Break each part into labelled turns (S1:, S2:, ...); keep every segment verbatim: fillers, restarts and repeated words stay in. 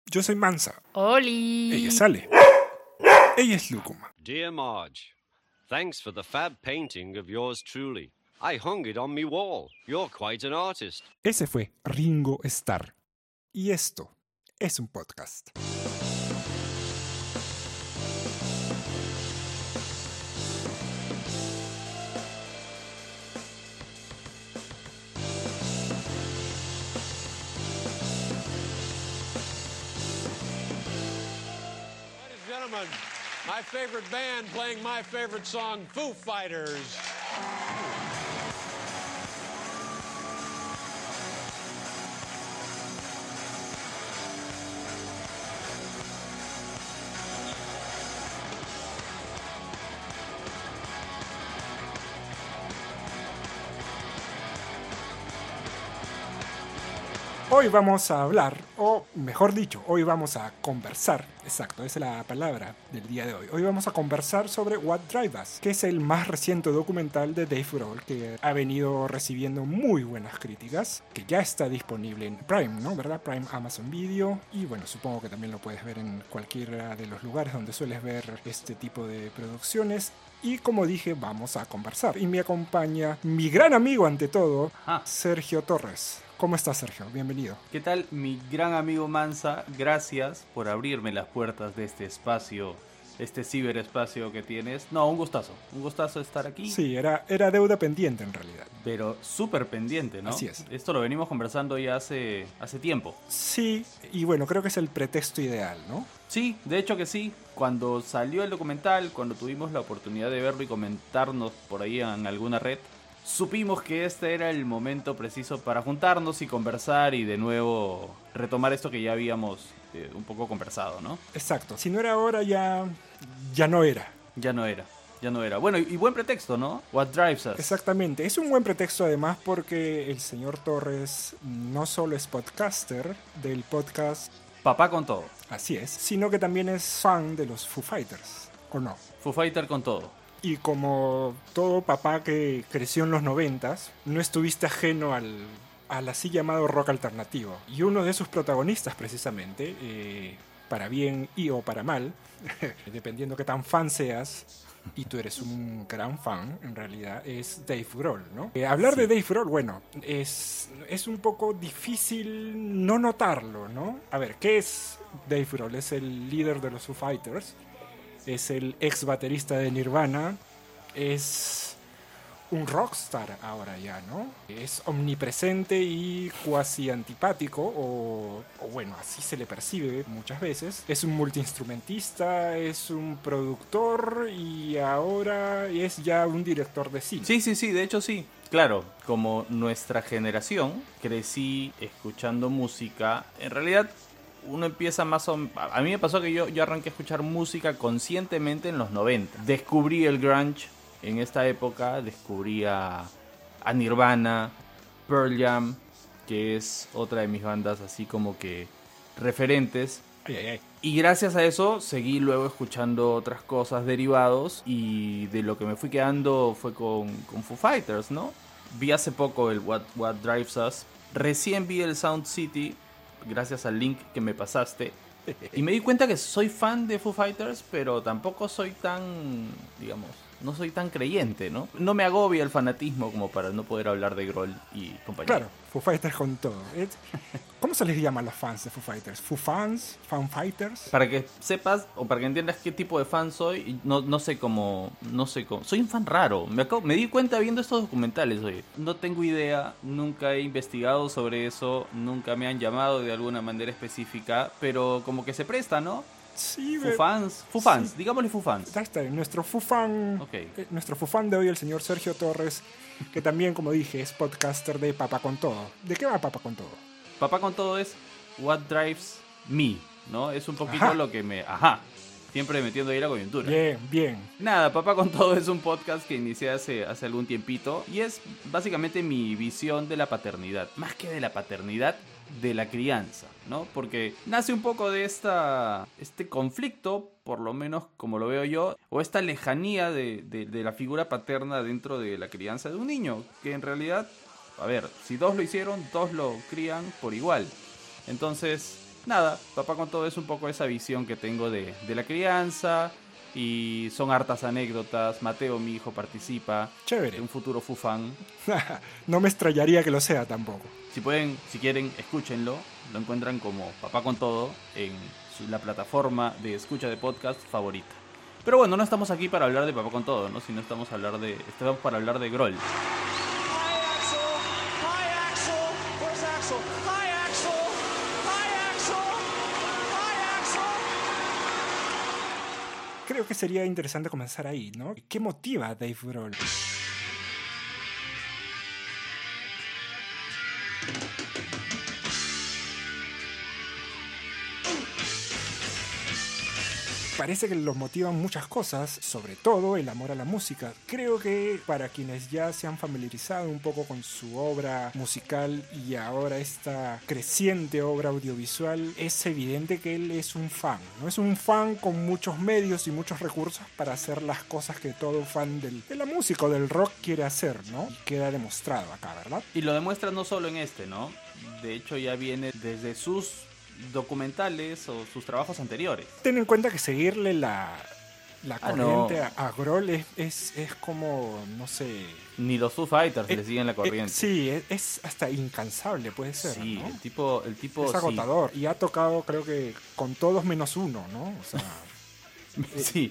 S1: Yo soy Mansa.
S2: Oli.
S1: Ella es Ale. Ella es Lúcuma.
S3: Dear Marge, thanks for the fab painting of yours truly. I hung it on me wall. You're quite an artist.
S1: Ese fue Ringo Starr. Y esto es un podcast.
S4: My favorite band playing my favorite song, Foo Fighters.
S1: Hoy vamos a hablar, o mejor dicho, hoy vamos a conversar, exacto, esa es la palabra del día de hoy. Hoy vamos a conversar sobre What Drives Us, que es el más reciente documental de Dave Grohl, que ha venido recibiendo muy buenas críticas, que ya está disponible en Prime, ¿no? ¿Verdad? Prime, Amazon Video, y bueno, supongo que también lo puedes ver en cualquiera de los lugares donde sueles ver este tipo de producciones. Y como dije, vamos a conversar. Y me acompaña mi gran amigo ante todo,
S5: Ah.
S1: Sergio Torres. ¿Cómo estás, Sergio? Bienvenido.
S5: ¿Qué tal, mi gran amigo Mansa? Gracias por abrirme las puertas de este espacio, este ciberespacio que tienes. No, un gustazo, un gustazo estar aquí.
S1: Sí, era, era deuda pendiente en realidad.
S5: Pero súper pendiente, ¿no?
S1: Así es.
S5: Esto lo venimos conversando ya hace, hace tiempo.
S1: Sí, y bueno, creo que es el pretexto ideal, ¿no?
S5: Sí, de hecho que sí. Cuando salió el documental, cuando tuvimos la oportunidad de verlo y comentarnos por ahí en alguna red, supimos que este era el momento preciso para juntarnos y conversar y de nuevo retomar esto que ya habíamos eh, un poco conversado, ¿no?
S1: Exacto. Si no era ahora, ya, ya no era.
S5: Ya no era, ya no era. Bueno, y, y buen pretexto, ¿no? What Drives Us.
S1: Exactamente. Es un buen pretexto además porque el señor Torres no solo es podcaster del podcast,
S5: Papá con todo.
S1: así es, sino que también es fan de los Foo Fighters, ¿o no?
S5: Foo Fighter con todo.
S1: Y como todo papá que creció en los noventas, no estuviste ajeno al, al así llamado rock alternativo. Y uno de sus protagonistas, precisamente, eh, para bien y o para mal, dependiendo qué tan fan seas, y tú eres un gran fan, en realidad, es Dave Grohl, ¿no? Eh, hablar
S5: Sí.
S1: de Dave Grohl, bueno, es, es un poco difícil no notarlo, ¿no? A ver, ¿qué es Dave Grohl? Es el líder de los Foo Fighters. Es el ex baterista de Nirvana, es un rockstar ahora ya, ¿no? Es omnipresente y cuasi antipático, o, o bueno, así se le percibe muchas veces. Es un multiinstrumentista, es un productor y ahora es ya un director de cine.
S5: Sí, sí, sí, de hecho sí. Claro, como nuestra generación, crecí escuchando música. En realidad, uno empieza más o menos... A mí me pasó que yo, yo arranqué a escuchar música conscientemente en los noventa. Descubrí el grunge en esta época, descubrí a, a Nirvana, Pearl Jam, que es otra de mis bandas así como que referentes.
S1: Ay, ay, ay.
S5: Y gracias a eso seguí luego escuchando otras cosas derivados y de lo que me fui quedando fue con, con Foo Fighters, ¿no? Vi hace poco el What, What Drives Us, recién vi el Sound City gracias al link que me pasaste y me di cuenta que soy fan de Foo Fighters, pero tampoco soy tan, digamos, no soy tan creyente, ¿no? No me agobia el fanatismo como para no poder hablar de Grohl y compañía.
S1: Claro, Foo Fighters con todo. Es- ¿Cómo se les llama a los fans de Foo Fighters? ¿Foo fans? ¿Fan fighters?
S5: Para que sepas o para que entiendas qué tipo de fan soy, y no, no sé cómo, no sé cómo, soy un fan raro. Me, acabo- me di cuenta viendo estos documentales, oye. No tengo idea, nunca he investigado sobre eso, nunca me han llamado de alguna manera específica, pero como que se presta, ¿no?
S1: Sí,
S5: Foo
S1: ve-
S5: fans, Foo
S1: sí.
S5: fans, digámosle Foo fans.
S1: Ya está, nuestro Foo fan,
S5: Ok.
S1: eh, nuestro Foo fan de hoy, el señor Sergio Torres, que también, como dije, es podcaster de Papá con Todo. ¿De qué va Papá con Todo?
S5: Papá con todo es What Drives Me, ¿no? Es un poquito
S1: Ajá.
S5: lo que me... Ajá, siempre metiendo ahí la coyuntura.
S1: Bien, bien.
S5: Nada, Papá con Todo es un podcast que inicié hace, hace algún tiempito y es básicamente mi visión de la paternidad. Más que de la paternidad, de la crianza, ¿no? Porque nace un poco de esta, este conflicto, por lo menos como lo veo yo, o esta lejanía de, de, de la figura paterna dentro de la crianza de un niño, que en realidad, a ver, si dos lo hicieron, dos lo crían por igual. Entonces, nada, Papá con Todo es un poco esa visión que tengo de, de la crianza. Y son hartas anécdotas. Mateo, mi hijo, participa.
S1: Chévere.
S5: Un futuro Foo fan.
S1: No me extrañaría que lo sea tampoco.
S5: Si pueden, si quieren, escúchenlo. Lo encuentran como Papá con Todo en su, la plataforma de escucha de podcast favorita. Pero bueno, no estamos aquí para hablar de Papá con Todo, ¿no? Sino estamos, a hablar de, estamos para hablar de Grohl.
S1: Creo que sería interesante comenzar ahí, ¿no? ¿Qué motiva a Dave Grohl? Parece que los motivan muchas cosas, sobre todo el amor a la música. Creo que para quienes ya se han familiarizado un poco con su obra musical y ahora esta creciente obra audiovisual, es evidente que él es un fan, ¿no? Es un fan con muchos medios y muchos recursos para hacer las cosas que todo fan del, de la música o del rock quiere hacer, ¿no? Y queda demostrado acá, ¿verdad?
S5: Y lo demuestra no solo en este, ¿no? De hecho ya viene desde sus documentales o sus trabajos anteriores.
S1: Ten en cuenta que seguirle la, la
S5: Ah,
S1: corriente
S5: no.
S1: a, a Grohl es, es, es como, no sé...
S5: Ni los Foo Fighters
S1: eh,
S5: le siguen la corriente.
S1: eh, sí, es, es hasta incansable, puede ser,
S5: Sí,
S1: ¿no?
S5: el tipo, el tipo
S1: Es
S5: sí.
S1: agotador. Y ha tocado, creo que, con todos menos uno, ¿no? O sea... eh,
S5: Sí.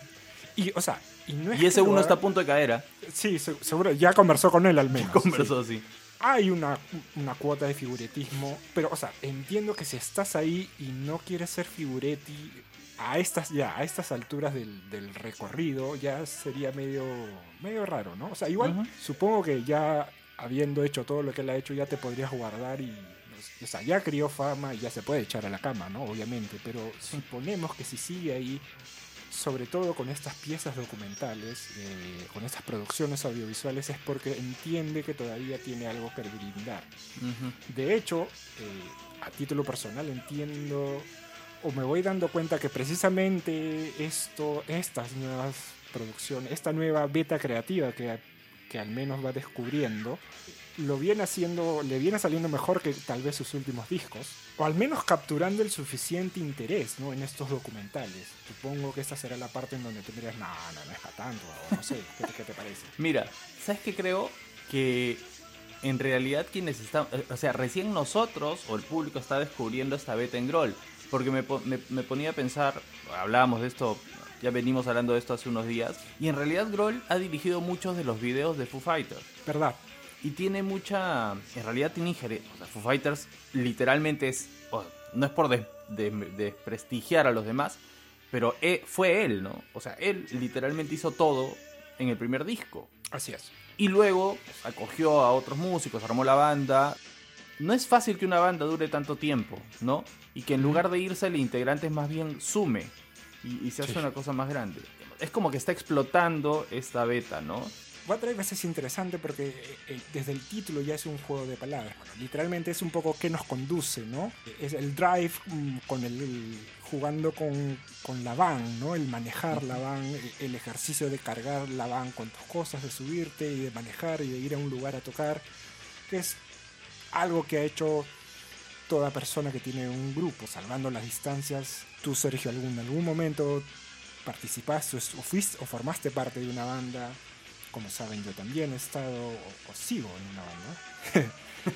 S1: Y, y, o sea, y no es
S5: Y ese
S1: que lo
S5: uno
S1: haga-
S5: está a punto de caer, ¿ah?
S1: Sí, se- seguro, ya conversó con él al menos.
S5: Conversó así.
S1: Hay una, una cuota de figuretismo, pero, o sea, entiendo que si estás ahí y no quieres ser figuretti a estas ya a estas alturas del, del recorrido, ya sería medio medio raro, ¿no? O sea, igual
S5: Ujú.
S1: supongo que ya habiendo hecho todo lo que él ha hecho, ya te podrías guardar y, o sea, ya crió fama y ya se puede echar a la cama, ¿no? Obviamente, pero suponemos que si sigue ahí, sobre todo con estas piezas documentales, eh, con estas producciones audiovisuales, es porque entiende que todavía tiene algo que brindar.
S5: Ujú.
S1: De hecho, eh, a título personal entiendo, o me voy dando cuenta que precisamente esto, estas nuevas producciones, esta nueva beta creativa que, que al menos va descubriendo, lo viene haciendo, le viene saliendo mejor que tal vez sus últimos discos, o al menos capturando el suficiente interés, ¿no? En estos documentales. Supongo que esta será la parte en donde tendrías, no, no, no es para tanto, o no sé, ¿qué, te- qué te parece?
S5: Mira, ¿sabes qué creo? Que en realidad quienes están, eh, o sea, recién nosotros o el público está descubriendo esta beta en Grohl, porque me, po- me, me ponía a pensar, hablábamos de esto, ya venimos hablando de esto hace unos días, y en realidad Grohl ha dirigido muchos de los videos de Foo Fighters.
S1: ¿Verdad?
S5: Y tiene mucha, en realidad tiene injerencia, o sea, Foo Fighters literalmente es, o sea, no es por des- de- desprestigiar a los demás, pero e- fue él, ¿no? O sea, él literalmente hizo todo en el primer disco.
S1: Así es.
S5: Y luego pues, acogió a otros músicos, armó la banda. No es fácil que una banda dure tanto tiempo, ¿no? Y que en lugar de irse el integrante más bien sume y, y se hace
S1: Sí.
S5: una cosa más grande. Es como que está explotando esta beta, ¿no?
S1: What Drive Us es interesante porque eh, eh, desde el título ya es un juego de palabras. Bueno, literalmente es un poco qué nos conduce, ¿no? Es el drive mm, con el, el- jugando con, con la van, ¿no? El manejar la van, el, el ejercicio de cargar la van con tus cosas, de subirte y de manejar y de ir a un lugar a tocar, que es algo que ha hecho toda persona que tiene un grupo, salvando las distancias. Tú, Sergio, algún, en algún momento participaste o fuiste o formaste parte de una banda. Como saben, yo también he estado o, o sigo en una banda.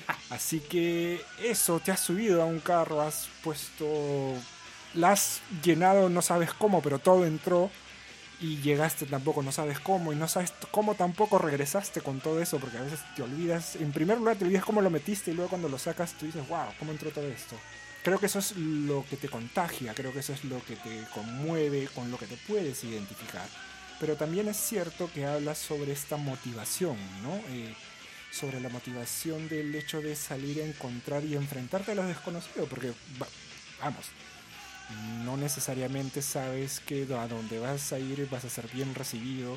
S1: Así que eso, te has subido a un carro, has puesto... La has llenado, no sabes cómo, pero todo entró. Y llegaste tampoco, no sabes cómo. Y no sabes cómo tampoco regresaste con todo eso. Porque a veces te olvidas. En primer lugar te olvidas cómo lo metiste. Y luego cuando lo sacas tú dices, wow, ¿cómo entró todo esto? Creo que eso es lo que te contagia. Creo que eso es lo que te conmueve, con lo que te puedes identificar. Pero también es cierto que habla sobre esta motivación, ¿no? Eh, sobre la motivación del hecho de salir a encontrar y enfrentarte a lo desconocido, porque, va- vamos, no necesariamente sabes que a dónde vas a ir vas a ser bien recibido,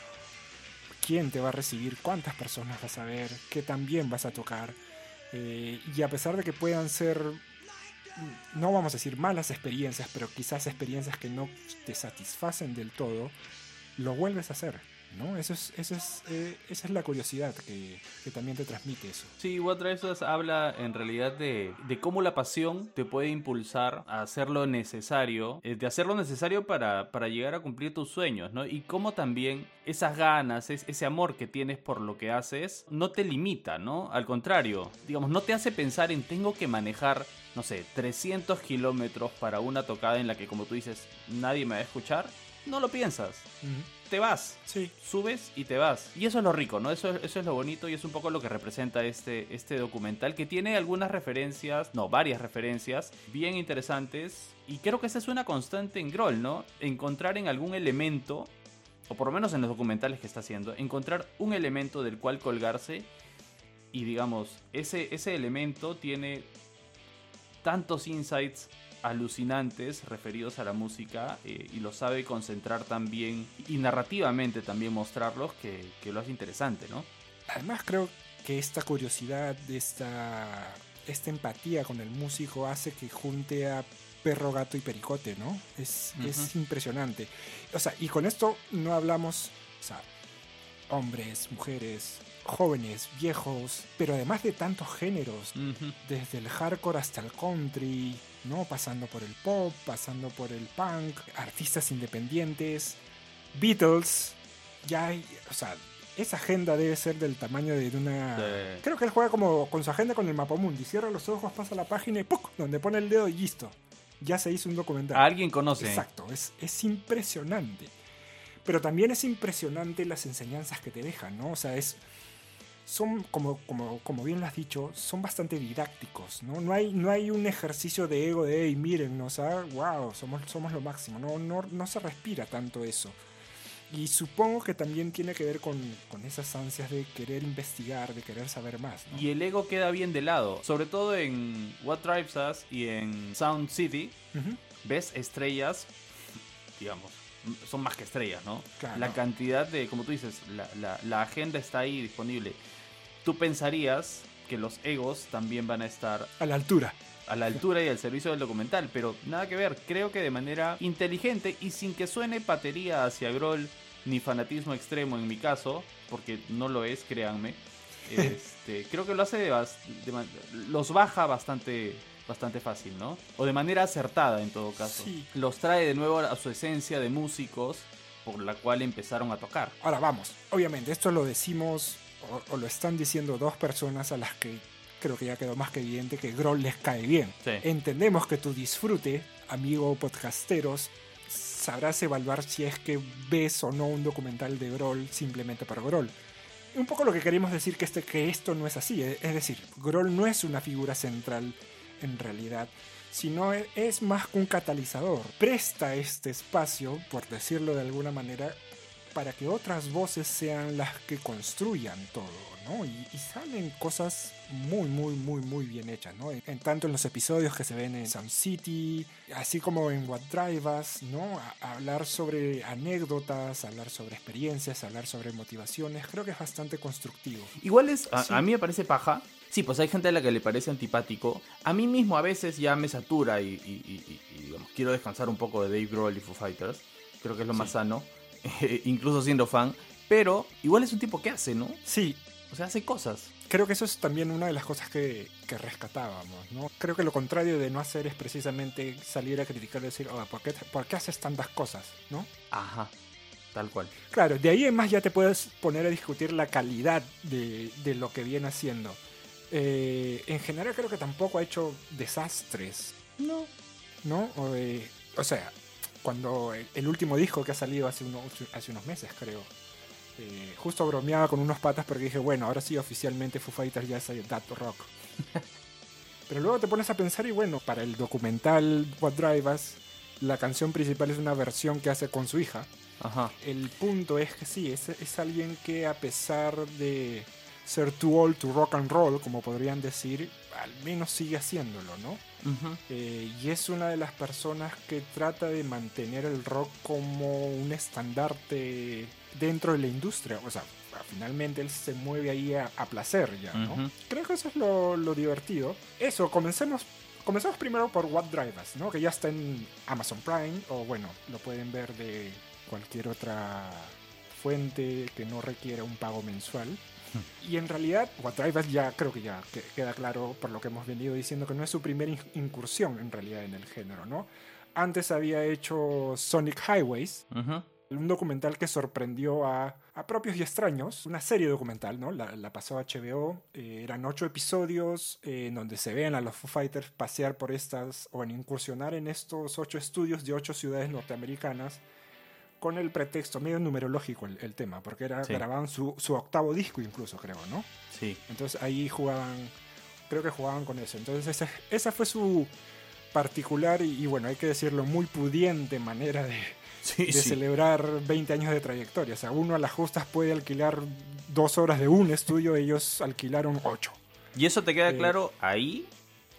S1: quién te va a recibir, cuántas personas vas a ver, qué también vas a tocar, eh, y a pesar de que puedan ser, no vamos a decir malas experiencias, pero quizás experiencias que no te satisfacen del todo, lo vuelves a hacer, ¿no? Eso es, eso es, eh, esa es la curiosidad que, que también te transmite eso.
S5: Sí, What Drives Us habla en realidad de, de cómo la pasión te puede impulsar a hacer lo necesario, eh, de hacer lo necesario para, para llegar a cumplir tus sueños, ¿no? Y cómo también esas ganas, es, ese amor que tienes por lo que haces, no te limita, ¿no? Al contrario, digamos, no te hace pensar en tengo que manejar, no sé, trescientos kilómetros para una tocada en la que, como tú dices, nadie me va a escuchar. No lo piensas.
S1: Uh-huh.
S5: Te vas.
S1: Sí.
S5: Subes y te vas. Y eso es lo rico, ¿no? Eso, eso es lo bonito y es un poco lo que representa este, este documental, que tiene algunas referencias, no, varias referencias bien interesantes. Y creo que esa es una constante en Grohl, ¿no? Encontrar en algún elemento, o por lo menos en los documentales que está haciendo, encontrar un elemento del cual colgarse. Y digamos, ese, ese elemento tiene tantos insights alucinantes referidos a la música eh, y lo sabe concentrar tan bien y narrativamente también mostrarlos que, que lo hace interesante, ¿no?
S1: Además creo que esta curiosidad, esta, esta empatía con el músico hace que junte a perro, gato y pericote, ¿no? Es, uh-huh. es impresionante. O sea, y con esto no hablamos, o sea, hombres, mujeres, jóvenes, viejos, pero además de tantos géneros, uh-huh. desde el hardcore hasta el country, ¿no? Pasando por el pop, pasando por el punk, artistas independientes, Beatles, ya hay, o sea, esa agenda debe ser del tamaño de una... Sí. Creo que él juega como con su agenda con el Mapamundi, cierra los ojos, pasa la página y ¡puc! Donde pone el dedo y listo, ya se hizo un documental.
S5: Alguien conoce.
S1: Exacto, es, es impresionante. Pero también es impresionante las enseñanzas que te dejan, ¿no? O sea, es... son, como, como, como bien lo has dicho, son bastante didácticos, ¿no? No hay, no hay un ejercicio de ego de, hey, miren, o sea, wow, somos, somos lo máximo. No, no, no se respira tanto eso. Y supongo que también tiene que ver con, con esas ansias de querer investigar, de querer saber más, ¿no?
S5: Y el ego queda bien de lado, sobre todo en What Drives Us y en Sound City. Uh-huh. Ves estrellas, digamos, son más que estrellas, ¿no? Claro. La cantidad de, como tú dices, la, la, la agenda está ahí disponible. Tú pensarías que los egos también van a estar
S1: a la altura.
S5: A la altura y al servicio del documental, pero nada que ver. Creo que de manera inteligente y sin que suene patería hacia Grohl ni fanatismo extremo en mi caso, porque no lo es, créanme. Este, creo que lo hace de, de, los baja bastante... bastante fácil, ¿no? O de manera acertada en todo caso. Sí. Los trae de nuevo a su esencia de músicos por la cual empezaron a tocar.
S1: Ahora vamos, obviamente esto lo decimos o, o lo están diciendo dos personas a las que creo que ya quedó más que evidente que Grohl les cae bien. Sí. Entendemos que tu disfrute, amigo podcasteros, sabrás evaluar si es que ves o no un documental de Grohl simplemente por Grohl. Un poco lo que queremos decir que, este, que esto no es así, es decir, Grohl no es una figura central en realidad, sino es más que un catalizador. Presta este espacio, por decirlo de alguna manera, para que otras voces sean las que construyan todo, ¿no? Y, y salen cosas muy, muy, muy, muy bien hechas, ¿no? En, en tanto en los episodios que se ven en Sound City, así como en What Drives Us, ¿no? A, a hablar sobre anécdotas, hablar sobre experiencias, hablar sobre motivaciones, creo que es bastante constructivo.
S5: Igual es, a, sí. a mí me parece paja. Sí, pues hay gente a la que le parece antipático. A mí mismo a veces ya me satura y, y, y, y digamos, quiero descansar un poco de Dave Grohl y Foo Fighters. Creo que es lo más sí. sano, eh, incluso siendo fan. Pero igual es un tipo que hace, ¿no?
S1: Sí.
S5: O sea, hace cosas.
S1: Creo que eso es también una de las cosas que, que rescatábamos, ¿no? Creo que lo contrario de no hacer es precisamente salir a criticar y decir, oh, ¿por qué, ¿por qué haces tantas cosas? ¿No?
S5: Ajá. Tal cual.
S1: Claro, de ahí en más ya te puedes poner a discutir la calidad de, de lo que viene haciendo. Eh, en general creo que tampoco ha hecho desastres.
S5: No.
S1: ¿No? O, eh, o sea, cuando el último disco que ha salido hace, uno, hace unos meses, creo. Eh, justo bromeaba con unos patas porque dije, bueno, ahora sí oficialmente Foo Fighters ya es That Rock. Pero luego te pones a pensar y bueno, para el documental What Drives Us, la canción principal es una versión que hace con su hija.
S5: Ajá.
S1: El punto es que sí, es, es alguien que a pesar de ser too old to rock and roll, como podrían decir, al menos sigue haciéndolo, ¿no? Uh-huh. Eh, y es una de las personas que trata de mantener el rock como un estandarte dentro de la industria. O sea, finalmente él se mueve ahí a, a placer ya, ¿no? Uh-huh. Creo que eso es lo, lo divertido. Eso, comencemos, comencemos primero por What Drives Us, ¿no? Que ya está en Amazon Prime, o bueno, lo pueden ver de cualquier otra fuente que no requiera un pago mensual. Y en realidad, What Drive Us ya creo que ya que- queda claro por lo que hemos venido diciendo que no es su primera in- incursión en realidad en el género, ¿no? Antes había hecho Sonic Highways,
S5: Ujú.
S1: un documental que sorprendió a, a propios y extraños, una serie documental, ¿no? La, la pasó H B O, eh, eran ocho episodios eh, en donde se ven a los Foo Fighters pasear por estas, o en incursionar en estos ocho estudios de ocho ciudades norteamericanas, con el pretexto, medio numerológico el, el tema, porque era,
S5: Sí.
S1: grababan su, su octavo disco incluso, creo, ¿no?
S5: Sí.
S1: Entonces ahí jugaban, creo que jugaban con eso. Entonces esa, esa fue su particular y, y bueno, hay que decirlo, muy pudiente manera de,
S5: Sí,
S1: de
S5: sí.
S1: celebrar veinte años de trayectoria. O sea, uno a las justas puede alquilar dos horas de un estudio, ellos alquilaron ocho.
S5: Y eso te queda
S1: Eh,
S5: claro ahí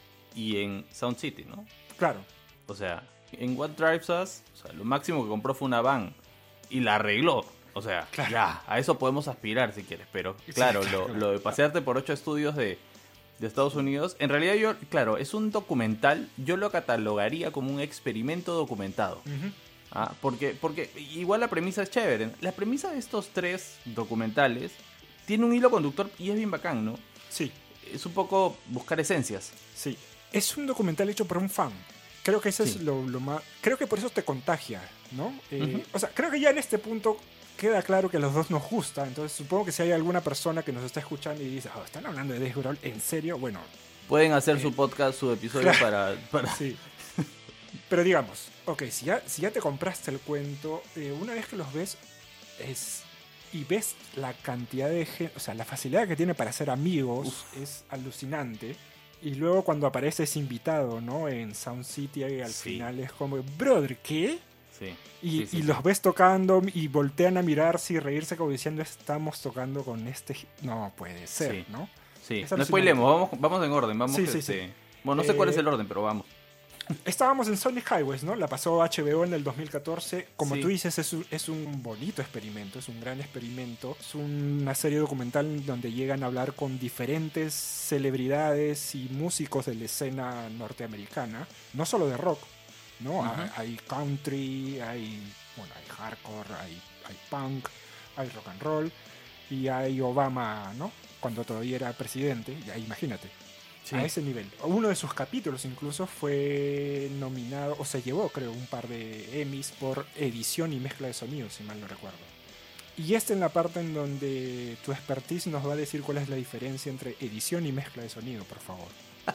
S5: y en Sound City, ¿no?
S1: Claro,
S5: O sea, en What Drives Us, o sea, lo máximo que compró fue una van y la arregló. O sea,
S1: Claro.
S5: ya, a eso podemos aspirar si quieres. Pero
S1: Sí,
S5: claro,
S1: claro.
S5: Lo, lo de pasearte por ocho estudios de, de Estados Unidos, en realidad yo, claro, es un documental, yo lo catalogaría como un experimento documentado.
S1: ujú,
S5: Ah, porque, porque igual la premisa es chévere. La premisa de estos tres documentales tiene un hilo conductor y es bien bacán, ¿no?
S1: sí,
S5: Es un poco buscar esencias.
S1: sí. Es un documental hecho por un fan. Creo que eso
S5: Sí.
S1: es lo, lo más... Creo que por eso te contagia, ¿no? Eh,
S5: Ujú.
S1: O sea, creo que ya en este punto queda claro que a los dos nos gusta. Entonces supongo que si hay alguna persona que nos está escuchando y dice, oh, ¿están hablando de Dave Grohl? ¿En serio? Bueno,
S5: Pueden hacer
S1: Eh,
S5: su podcast, su episodio
S1: claro.
S5: para, para...
S1: sí. Pero digamos, ok, si ya, si ya te compraste el cuento, eh, una vez que los ves es, y ves la cantidad de gente, o sea, la facilidad que tiene para ser amigos es alucinante. Y luego cuando aparece ese invitado, ¿no? En Sound City, ahí al
S5: Sí.
S1: final es como, brother, ¿qué?
S5: Sí.
S1: Y,
S5: Sí, sí,
S1: y
S5: sí.
S1: los ves tocando y voltean a mirarse y reírse como diciendo, estamos tocando con este... gi-". No puede ser,
S5: Sí.
S1: ¿no?
S5: Sí.
S1: Es
S5: No
S1: alucinante.
S5: spoilemos, vamos, vamos en orden. Vamos
S1: Sí, sí,
S5: este...
S1: sí.
S5: Bueno, no sé cuál es
S1: Eh,
S5: el orden, pero vamos.
S1: Estábamos en Sonic Highways, ¿no? La pasó H B O en el dos mil catorce. Como
S5: Sí.
S1: tú dices, es un, es un bonito experimento, es un gran experimento. Es una serie documental donde llegan a hablar con diferentes celebridades y músicos de la escena norteamericana, no solo de rock, ¿no?
S5: Ujú.
S1: Hay, hay country, hay, bueno, hay hardcore, hay, hay punk, hay rock and roll y hay Obama, ¿no? Cuando todavía era presidente, ya imagínate.
S5: Sí.
S1: A ese nivel. Uno de sus capítulos incluso fue nominado, o se llevó creo un par de Emmys por edición y mezcla de sonido, si mal no recuerdo. Y esta en la parte en donde tu expertise nos va a decir cuál es la diferencia entre edición y mezcla de sonido, por favor.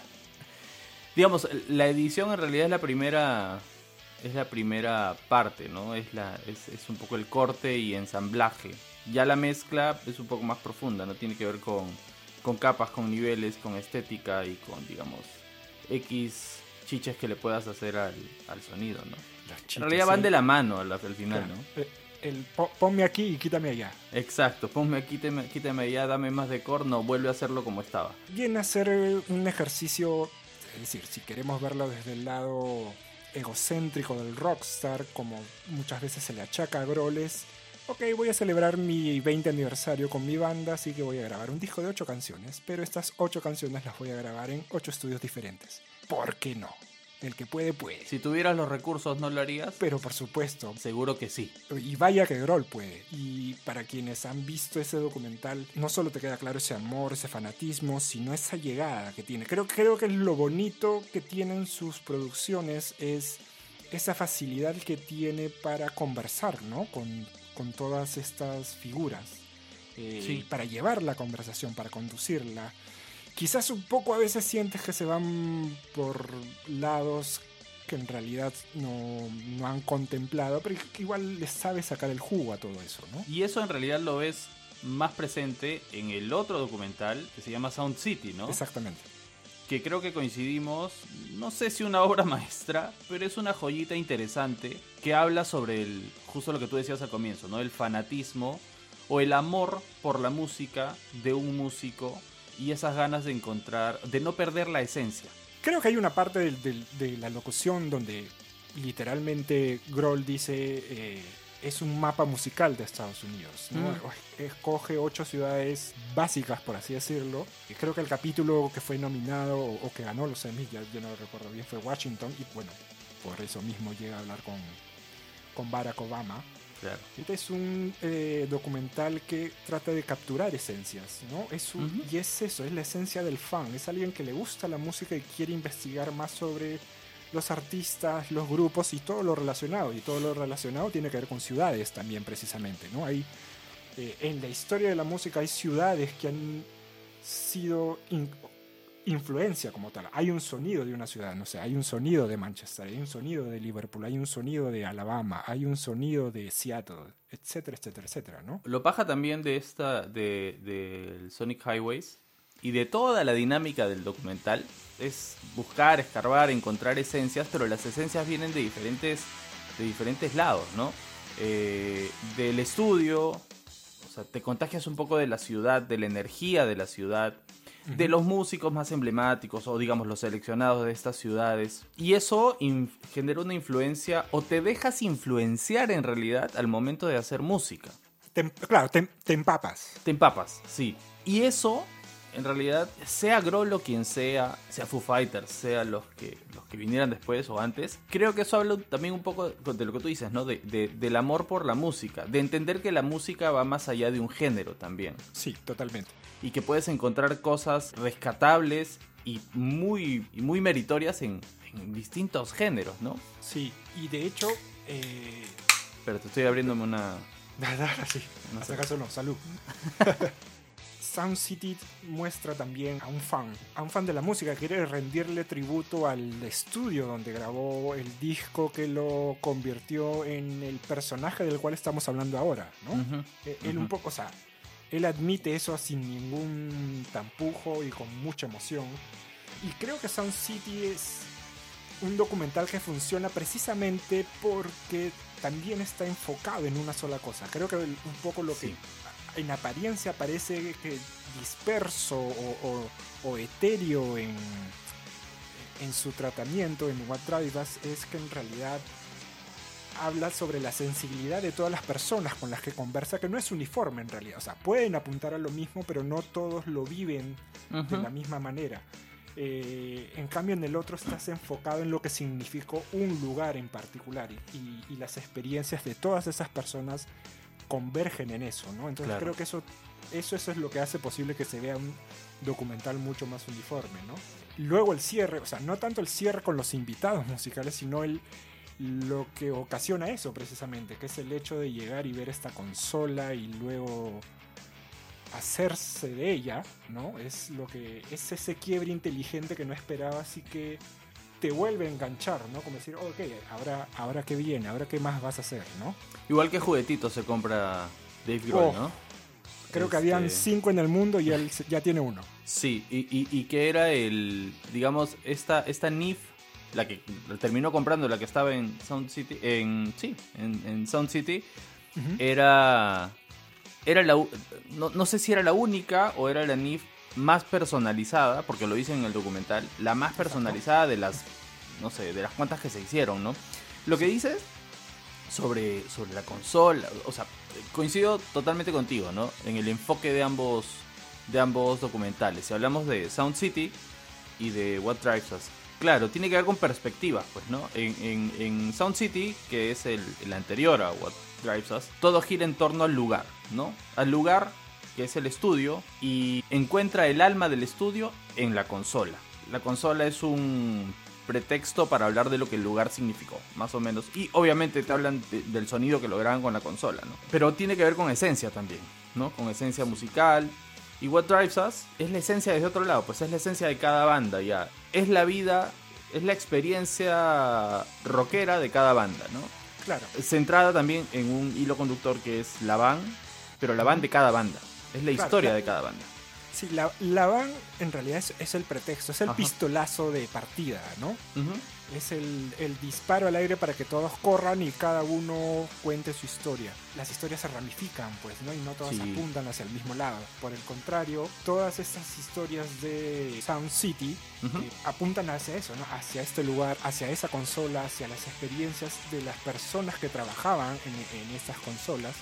S5: Digamos, la edición en realidad es la primera... Es la primera parte, ¿no? Es, la, es, es un poco el corte y ensamblaje. Ya la mezcla es un poco más profunda, ¿no? Tiene que ver con, con capas, con niveles, con estética y con, digamos, X chiches que le puedas hacer al, al sonido, ¿no? En realidad van de la mano al, al final,
S1: Claro.
S5: ¿no?
S1: Eh, El, po- ponme aquí y quítame allá.
S5: Exacto, ponme aquí, quítame, quítame allá, dame más de corno, vuelve a hacerlo como estaba.
S1: Viene a ser un ejercicio, es decir, si queremos verlo desde el lado egocéntrico del rockstar, como muchas veces se le achaca a Grohl, es, ok, voy a celebrar mi veinte aniversario con mi banda, así que voy a grabar un disco de ocho canciones, pero estas ocho canciones las voy a grabar en ocho estudios diferentes. ¿Por qué no? El que puede, puede.
S5: Si tuvieras los recursos, ¿no lo harías?
S1: Pero por supuesto,
S5: Seguro que sí.
S1: y vaya que Grohl puede. Y para quienes han visto ese documental, no solo te queda claro ese amor, ese fanatismo, sino esa llegada que tiene. Creo, creo que lo bonito que tienen sus producciones es esa facilidad que tiene para conversar, ¿no? Con, con todas estas figuras. Eh,
S5: Sí.
S1: Para llevar la conversación, para conducirla. Quizás un poco a veces sientes que se van por lados que en realidad no, no han contemplado, pero que igual les sabe sacar el jugo a todo eso, ¿no?
S5: Y eso en realidad lo ves más presente en el otro documental que se llama Sound City, ¿no?
S1: Exactamente.
S5: Que creo que coincidimos, no sé si una obra maestra, pero es una joyita interesante que habla sobre el, justo lo que tú decías al comienzo, ¿no? El fanatismo o el amor por la música de un músico y esas ganas de encontrar, de no perder la esencia.
S1: Creo que hay una parte del- del- de, la locución donde literalmente Grohl dice eh, es un mapa musical de Estados Unidos, ¿no?
S5: Mm.
S1: Escoge ocho ciudades básicas, por así decirlo. Y creo que el capítulo que fue nominado o, o que ganó los Emmys, ya yo no lo recuerdo bien, fue Washington. Y bueno, por eso mismo llega a hablar con, con Barack Obama.
S5: Claro.
S1: Este es un eh, documental que trata de capturar esencias, ¿no? Es un, uh-huh. Y es eso, es la esencia del fan. Es alguien que le gusta la música y quiere investigar más sobre los artistas, los grupos y todo lo relacionado. Y todo lo relacionado tiene que ver con ciudades también, precisamente, ¿no? Hay, eh, en la historia de la música hay ciudades que han sido in- influencia como tal. Hay un sonido de una ciudad, no sé, hay un sonido de Manchester, hay un sonido de Liverpool, hay un sonido de Alabama, hay un sonido de Seattle, etcétera, etcétera, etcétera, ¿no?
S5: Lo paja también de esta de, de Sonic Highways y de toda la dinámica del documental es buscar, escarbar, encontrar esencias, pero las esencias vienen de diferentes de diferentes lados, ¿no? Eh, del estudio, o sea, te contagias un poco de la ciudad, de la energía de la ciudad, de los músicos más emblemáticos o digamos los seleccionados de estas ciudades, y eso in- genera una influencia o te dejas influenciar en realidad al momento de hacer música.
S1: Te, claro, te, te empapas.
S5: Te empapas, sí. Y eso en realidad, sea Grollo quien sea, sea Foo Fighters, sea los que, los que vinieran después o antes, creo que eso habla también un poco de lo que tú dices, ¿no? De, de, del amor por la música, de entender que la música va más allá de un género también.
S1: Sí, totalmente.
S5: Y que puedes encontrar cosas rescatables y muy, y muy meritorias en, en distintos géneros, ¿no?
S1: Sí, y de hecho... Eh...
S5: Pero te estoy abriéndome una...
S1: sí, no hasta acaso no, salud. Sound City muestra también a un fan, a un fan de la música, que quiere rendirle tributo al estudio donde grabó el disco que lo convirtió en el personaje del cual estamos hablando ahora, ¿no? Uh-huh, eh, él uh-huh. un poco, o sea, él admite eso sin ningún tampujo y con mucha emoción. Y creo que Sound City es un documental que funciona precisamente porque también está enfocado en una sola cosa. Creo que un poco lo que... Sí. En apariencia parece que disperso o, o, o etéreo en, en su tratamiento en What Drives Us es que en realidad habla sobre la sensibilidad de todas las personas con las que conversa, que no es uniforme en realidad. O sea, pueden apuntar a lo mismo, pero no todos lo viven uh-huh. de la misma manera. Eh, en cambio, en el otro estás enfocado en lo que significó un lugar en particular y, y, y las experiencias de todas esas personas convergen en eso, ¿no? Entonces claro. creo que eso, eso, eso es lo que hace posible que se vea un documental mucho más uniforme, ¿no? Luego el cierre, o sea, no tanto el cierre con los invitados musicales, sino el, lo que ocasiona eso precisamente, que es el hecho de llegar y ver esta consola y luego hacerse de ella, ¿no? Es lo que es ese quiebre inteligente que no esperabas y que te vuelve a enganchar, ¿no? Como decir, ok, ahora, ahora qué viene, ahora qué más vas a hacer, ¿no?
S5: Igual que juguetito se compra Dave Grohl, oh, ¿no?
S1: Creo este... que habían cinco en el mundo y él ya tiene uno.
S5: Sí, y, y, y que era el, digamos, esta, esta N I F, la que terminó comprando, la que estaba en Sound City, en sí, en, en Sound City, uh-huh. era, era la, no, no sé si era la única o era la N I F más personalizada, porque lo dicen en el documental, la más personalizada de las, no sé, de las cuantas que se hicieron, ¿no? Lo que dices sobre, sobre la consola, o sea, coincido totalmente contigo, ¿no? En el enfoque de ambos, de ambos documentales. Si hablamos de Sound City y de What Drives Us, claro, tiene que ver con perspectivas, pues, ¿no? En, en, en Sound City, que es el, el anterior a What Drives Us, todo gira en torno al lugar, ¿no? Al lugar que es el estudio, y encuentra el alma del estudio en la consola. La consola es un pretexto para hablar de lo que el lugar significó, más o menos. Y obviamente te hablan de, del sonido que lograban con la consola, ¿no? Pero tiene que ver con esencia también, ¿no? Con esencia musical. Y What Drives Us es la esencia desde otro lado, pues es la esencia de cada banda, ya. Es la vida, es la experiencia rockera de cada banda, ¿no?
S1: Claro. Centrada
S5: también en un hilo conductor que es la van, pero la van de cada banda. Es la historia claro, claro. de cada banda.
S1: Sí, la, la van en realidad es, es el pretexto, es el Ajá. pistolazo de partida, ¿no? Uh-huh. Es el, el disparo al aire para que todos corran y cada uno cuente su historia. Las historias se ramifican, pues, ¿no? Y no todas sí. apuntan hacia el mismo lado. Por el contrario, todas estas historias de Sound City uh-huh. eh, apuntan hacia eso, ¿no? Hacia este lugar, hacia esa consola, hacia las experiencias de las personas que trabajaban en, en estas consolas.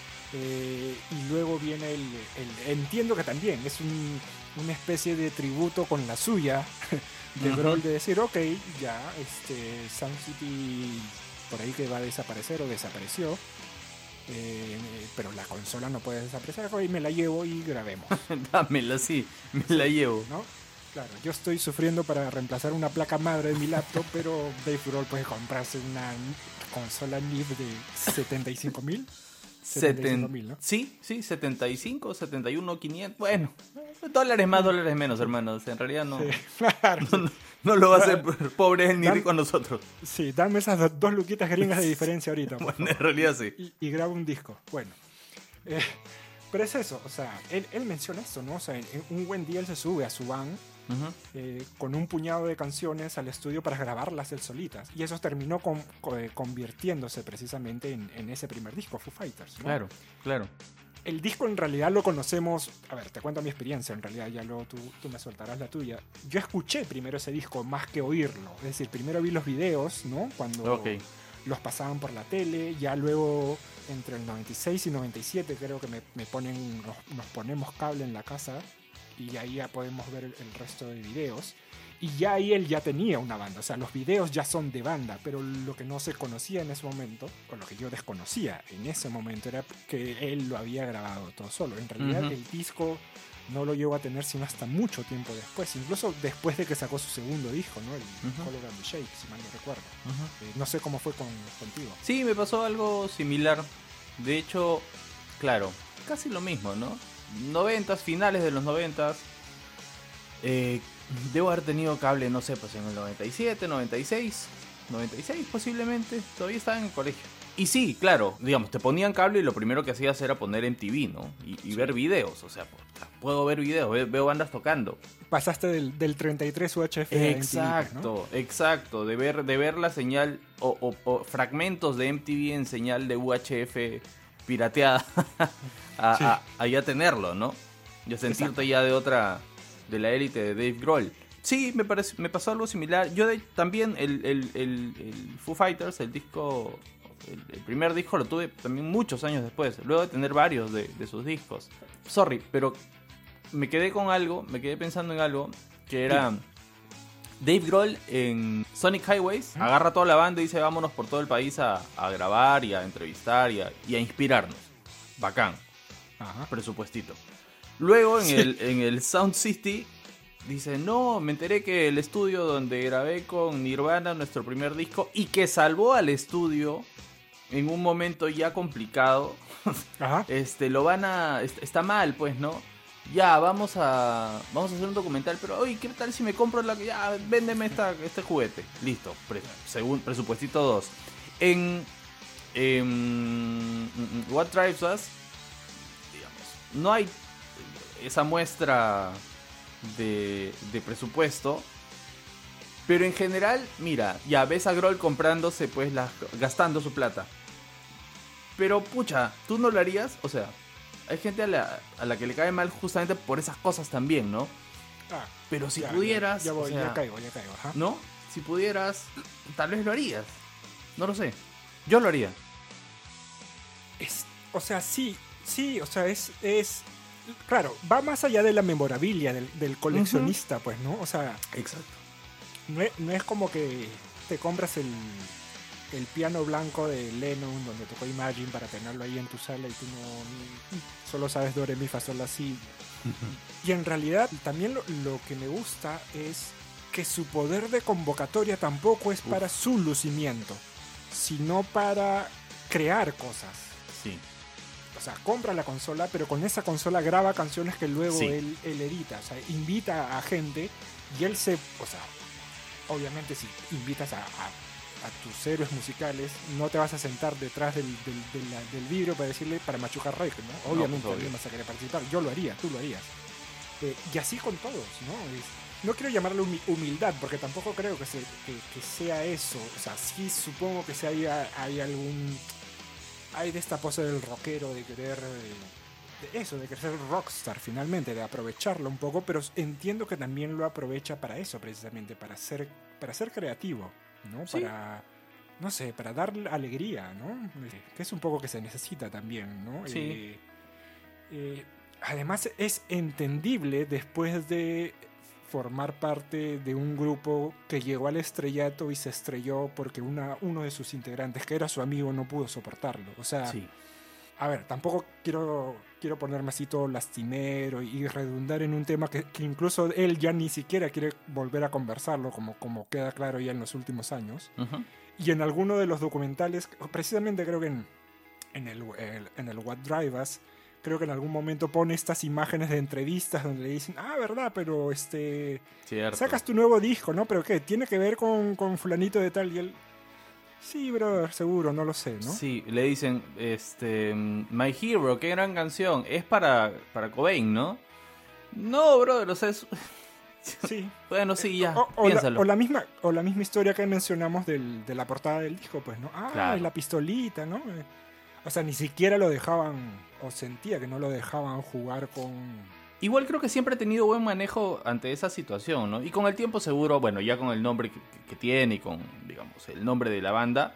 S1: Eh, y luego viene el, el... Entiendo que también es un, una especie de tributo con la suya de uh-huh. Grohl, de decir, ok, ya, este, Sound City por ahí que va a desaparecer o desapareció. eh, pero la consola no puede desaparecer, y me la llevo y grabemos.
S5: Dámela, sí, me la llevo.
S1: ¿No? Claro, yo estoy sufriendo para reemplazar una placa madre de mi laptop, pero Dave Grohl puede comprarse una consola N I V de setenta y cinco mil.
S5: Seten... ¿no? Sí, sí, setenta y cinco, setenta y uno, quinientos. Bueno, dólares más, dólares menos, hermanos. En realidad no, sí, claro. no, no, no lo va a hacer pobre ni rico a nosotros.
S1: Sí, dame esas do, dos luquitas gringas de diferencia ahorita.
S5: Bueno, en realidad sí.
S1: Y, y grabo un disco. Bueno. Eh, pero es eso, o sea, él, él menciona eso, ¿no? O sea, en, en un buen día él se sube a su van uh-huh. eh, con un puñado de canciones al estudio para grabarlas él solitas. Y eso terminó con, con, eh, convirtiéndose precisamente en, en ese primer disco, Foo Fighters, ¿no?
S5: Claro, claro.
S1: El disco en realidad lo conocemos, a ver, te cuento mi experiencia, en realidad ya luego tú, tú me soltarás la tuya. Yo escuché primero ese disco más que oírlo, es decir, primero vi los videos, ¿no? Cuando okay. los pasaban por la tele, ya luego entre el noventa y seis y noventa y siete creo que me, me ponen, nos, nos ponemos cable en la casa y ahí ya podemos ver el, el resto de videos. Y ya ahí él ya tenía una banda, o sea, los videos ya son de banda, pero lo que no se conocía en ese momento, o lo que yo desconocía en ese momento, era que él lo había grabado todo solo. En realidad uh-huh. el disco no lo llegó a tener sino hasta mucho tiempo después, incluso después de que sacó su segundo disco, ¿no? El uh-huh. Hologram Shake, si mal no recuerdo. Uh-huh. Eh, no sé cómo fue con, contigo.
S5: Sí, me pasó algo similar. De hecho, claro, casi lo mismo, ¿no? Noventas, finales de los noventas. Eh, debo haber tenido cable, no sé, pues en el noventa y siete, noventa y seis, noventa y seis posiblemente. Todavía estaba en el colegio. Y sí, claro, digamos, te ponían cable y lo primero que hacías era poner M T V, ¿no? Y, y sí. ver videos, o sea, puedo ver videos, veo, veo bandas tocando.
S1: Pasaste del, del treinta y tres U H F
S5: exacto,
S1: a M T V, ¿no?
S5: Exacto, de ver, de ver la señal o, o, o fragmentos de M T V en señal de U H F pirateada a, sí. a, a ya tenerlo, ¿no? Y a sentirte exacto. ya de otra, de la élite de Dave Grohl. Sí, me, parece, me pasó algo similar. Yo de, también el, el, el, el Foo Fighters, el disco... El, el primer disco lo tuve también muchos años después, luego de tener varios de, de sus discos. Sorry, pero me quedé con algo, me quedé pensando en algo, que era sí. Dave Grohl en Sonic Highways, ¿Mm? agarra a toda la banda y dice vámonos por todo el país a, a grabar y a entrevistar y a, y a inspirarnos. Bacán. Ajá. Presupuestito. Luego en, sí. el, en el Sound City dice, no, me enteré que el estudio donde grabé con Nirvana nuestro primer disco y que salvó al estudio en un momento ya complicado, Ajá. este lo van a... está mal, pues, ¿no? Ya, vamos a vamos a hacer un documental, pero oye, ¿qué tal si me compro la que ya, véndeme esta, este juguete? Listo, pre, según presupuestito dos. En, en What Drives Us, digamos, no hay esa muestra de, de presupuesto, pero en general, mira, ya ves a Grohl comprándose, pues, la, gastando su plata. Pero, pucha, ¿tú no lo harías? O sea, hay gente a la, a la que le cae mal justamente por esas cosas también, ¿no? Ah, pero si ya, pudieras...
S1: Ya, ya, voy,
S5: o sea,
S1: ya caigo, ya caigo. Ajá.
S5: ¿No? Si pudieras, tal vez lo harías. No lo sé. Yo lo haría.
S1: Es, o sea, sí, sí, o sea, es... es claro, va más allá de la memorabilia del, del coleccionista, uh-huh. pues, ¿no? O sea...
S5: Exacto.
S1: No es, no es como que te compras el... el piano blanco de Lennon donde tocó Imagine para tenerlo ahí en tu sala y tú no solo sabes do, re, mi, fa, sol, la, si. Y en realidad también lo, lo que me gusta es que su poder de convocatoria tampoco es para Uf. su lucimiento, sino para crear cosas.
S5: Sí.
S1: O sea, compra la consola, pero con esa consola graba canciones que luego sí. él, él edita. O sea, invita a gente y él se... O sea, obviamente si invitas a... a a tus héroes musicales, no te vas a sentar detrás del, del, del, del vidrio para decirle, para machucar record, ¿no? Obviamente no, pues, vas a querer participar, yo lo haría, tú lo harías. Eh, y así con todos, ¿no? Es, no quiero llamarle humildad, porque tampoco creo que, se, que, que sea eso. O sea, sí supongo que si hay, hay algún... Hay de esta pose del rockero de querer... De eso, de querer ser rockstar finalmente, de aprovecharlo un poco, pero entiendo que también lo aprovecha para eso, precisamente, para ser, para ser creativo, ¿no? Sí. Para, no sé, para dar alegría, ¿no? Que es un poco que se necesita también, ¿no?
S5: Sí.
S1: Eh, eh, además es entendible después de formar parte de un grupo que llegó al estrellato y se estrelló porque una, uno de sus integrantes, que era su amigo, no pudo soportarlo. O sea,
S5: sí.
S1: a ver, tampoco quiero, quiero ponerme así todo lastimero y, y redundar en un tema que, que incluso él ya ni siquiera quiere volver a conversarlo, como, como queda claro ya en los últimos años.
S5: Uh-huh.
S1: Y en alguno de los documentales, precisamente creo que en, en, el, el, en el What Drive Us, creo que en algún momento pone estas imágenes de entrevistas donde le dicen, ah, verdad, pero este
S5: Cierto.
S1: sacas tu nuevo disco, ¿no? ¿Pero qué? ¿Tiene que ver con, con fulanito de tal? Y él, sí, brother, seguro, no lo sé, ¿no?
S5: Sí, le dicen, este, My Hero, qué gran canción, es para, para Cobain, ¿no? No, brother, o sea, es...
S1: Sí.
S5: Bueno, sí, ya,
S1: O, o, la,
S5: piénsalo.
S1: o, la misma, o la misma historia que mencionamos del, de la portada del disco, pues, ¿no? Ah,
S5: Claro.
S1: la pistolita, ¿no? Eh, O sea, ni siquiera lo dejaban, o sentía que no lo dejaban jugar con...
S5: Igual creo que siempre ha tenido buen manejo ante esa situación, ¿no? Y con el tiempo seguro, bueno, ya con el nombre que, que tiene y con, digamos, el nombre de la banda,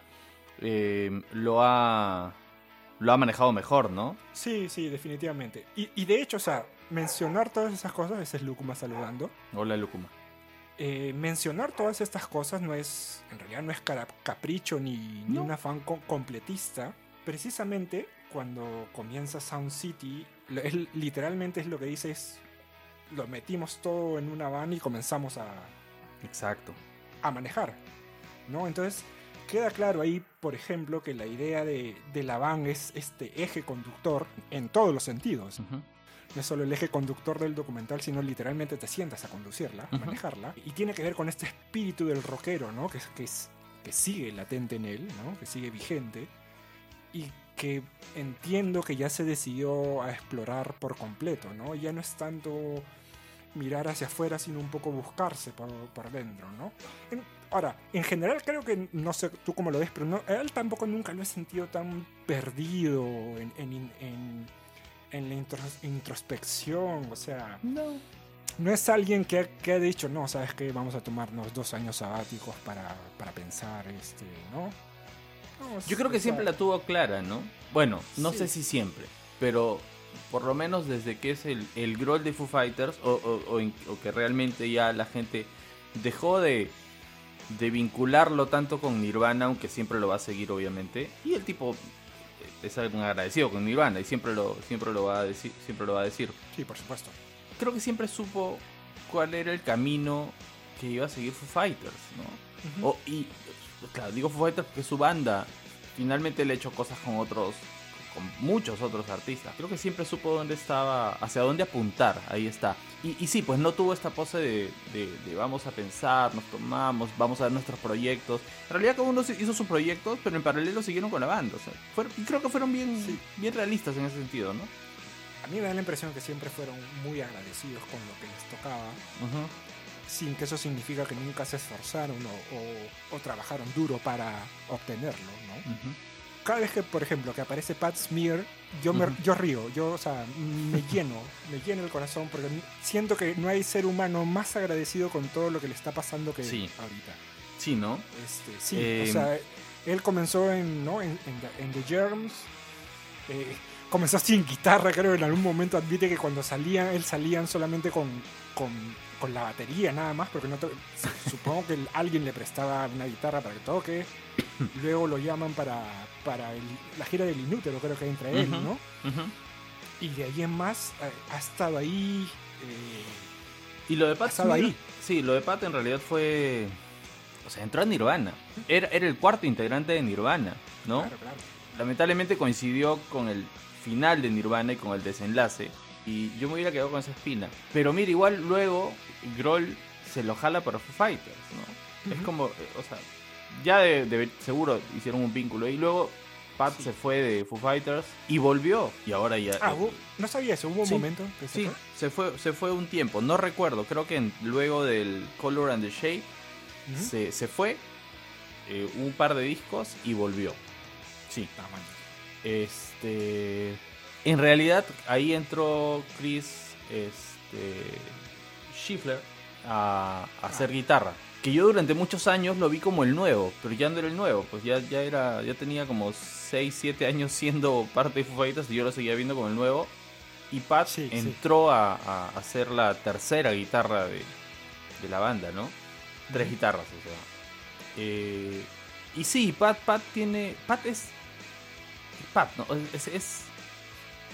S5: eh, lo ha lo ha manejado mejor, ¿no?
S1: Sí, sí, definitivamente. Y, y de hecho, o sea, mencionar todas esas cosas, ese es Lúcuma saludando.
S5: Hola, Lúcuma.
S1: Eh, mencionar todas estas cosas no es, en realidad no es cara- capricho ni, ni
S5: No.
S1: un afán co- completista. Precisamente cuando comienza Sound City, lo- es, literalmente es lo que dice es, lo metimos todo en una van y comenzamos a,
S5: Exacto.
S1: a manejar, ¿no? Entonces queda claro ahí, por ejemplo, que la idea de, de la van es este eje conductor en todos los sentidos.
S5: Uh-huh.
S1: No es solo el eje conductor del documental, sino literalmente te sientas a conducirla, a
S5: Ujú.
S1: manejarla. Y tiene que ver con este espíritu del rockero, ¿no? Que, es- que, es, que sigue latente en él, ¿no? Que sigue vigente. Y que entiendo que ya se decidió a explorar por completo, ¿no? Ya no es tanto mirar hacia afuera, sino un poco buscarse por, por dentro, ¿no? En- ahora, en general creo que, no sé tú cómo lo ves, pero no, a él tampoco nunca lo he sentido tan perdido en, en, en, en la intros- introspección, o sea,
S5: No.
S1: no es alguien que, ha- que ha dicho, no, sabes que vamos a tomarnos dos años sabáticos para, para pensar, este, ¿no? No,
S5: Yo creo que
S1: o sea,
S5: siempre la tuvo clara, ¿no? Bueno, no
S1: Sí.
S5: sé si siempre, pero por lo menos desde que es el, el Grohl de Foo Fighters, o, o- o en- o que realmente ya la gente dejó de, de vincularlo tanto con Nirvana, aunque siempre lo va a seguir obviamente, y el tipo es algún agradecido con Nirvana y siempre lo, siempre lo va a decir, siempre lo va a decir.
S1: Sí, por supuesto.
S5: Creo que siempre supo cuál era el camino que iba a seguir Foo Fighters, ¿no?
S1: Ujú.
S5: O, y claro, digo Foo Fighters porque es su banda. Finalmente le he hecho cosas con otros, con muchos otros artistas. Creo que siempre supo dónde estaba, hacia dónde apuntar. Ahí está. Y, y sí, pues no tuvo esta pose de, de, de vamos a pensar, nos tomamos, vamos a ver nuestros proyectos. En realidad cada uno hizo sus proyectos, pero en paralelo siguieron con la banda. O sea, fueron- y creo que fueron bien,
S1: Sí.
S5: bien realistas en ese sentido, ¿no?
S1: A mí me da la impresión que siempre fueron muy agradecidos con lo que les tocaba,
S5: Ujú.
S1: sin que eso significa que nunca se esforzaron o, o- o trabajaron duro para obtenerlo, ¿no?
S5: Ujú.
S1: Cada vez que, por ejemplo, que aparece Pat Smear, yo, me,
S5: Ujú.
S1: yo río, yo, o sea, me lleno, me lleno el corazón porque siento que no hay ser humano más agradecido con todo lo que le está pasando que
S5: Sí.
S1: él ahorita.
S5: Sí, ¿no?
S1: Este, sí,
S5: Eh,
S1: o sea, él comenzó en, ¿no? en, en The, en The Germs, eh, comenzó sin guitarra, creo que en algún momento admite que cuando salían, él salían solamente con, con, con la batería nada más, porque no to- supongo que el- alguien le prestaba una guitarra para que toque, luego lo llaman para, para el- la gira del Inútero, creo que entra él,
S5: Ujú.
S1: ¿no?
S5: Ujú.
S1: Y de ahí en más eh, ha estado ahí... eh,
S5: Y lo de Pat
S1: Estaba
S5: Smear-
S1: ahí.
S5: Sí, lo de Pat en realidad fue... O sea, entró a Nirvana. Era, era el cuarto integrante de Nirvana, ¿no?
S1: Claro, claro.
S5: Lamentablemente coincidió con el final de Nirvana y con el desenlace. Y yo me hubiera quedado con esa espina. Pero mira, igual luego Grohl se lo jala para Foo Fighters, ¿no? Es
S1: Ujú.
S5: como, eh, o sea, ya de, de- seguro hicieron un vínculo. Y luego Pat
S1: Sí.
S5: se fue de Foo Fighters y volvió. Y ahora ya...
S1: Ah,
S5: eh,
S1: hubo- no sabía eso, hubo un
S5: Sí,
S1: momento que se
S5: Sí,
S1: fue.
S5: se fue, se fue un tiempo, no recuerdo, creo que en- luego del Color and the Shape
S1: Ujú.
S5: se, se fue eh, un par de discos y volvió. Sí,
S1: Ah, man.
S5: este, en realidad ahí entró Chris este, Schiffler a, a hacer guitarra. Que yo durante muchos años lo vi como el nuevo, pero ya no era el nuevo, pues ya, ya era, ya tenía como seis, siete años siendo parte de Foo Fighters y yo lo seguía viendo como el nuevo. Y Pat
S1: Sí, sí.
S5: entró a, a hacer la tercera guitarra de, de la banda, ¿no? Tres
S1: Ujú.
S5: guitarras, o sea. Eh, y sí, Pat, Pat tiene. Pat es. es Pat, ¿no? Es, es,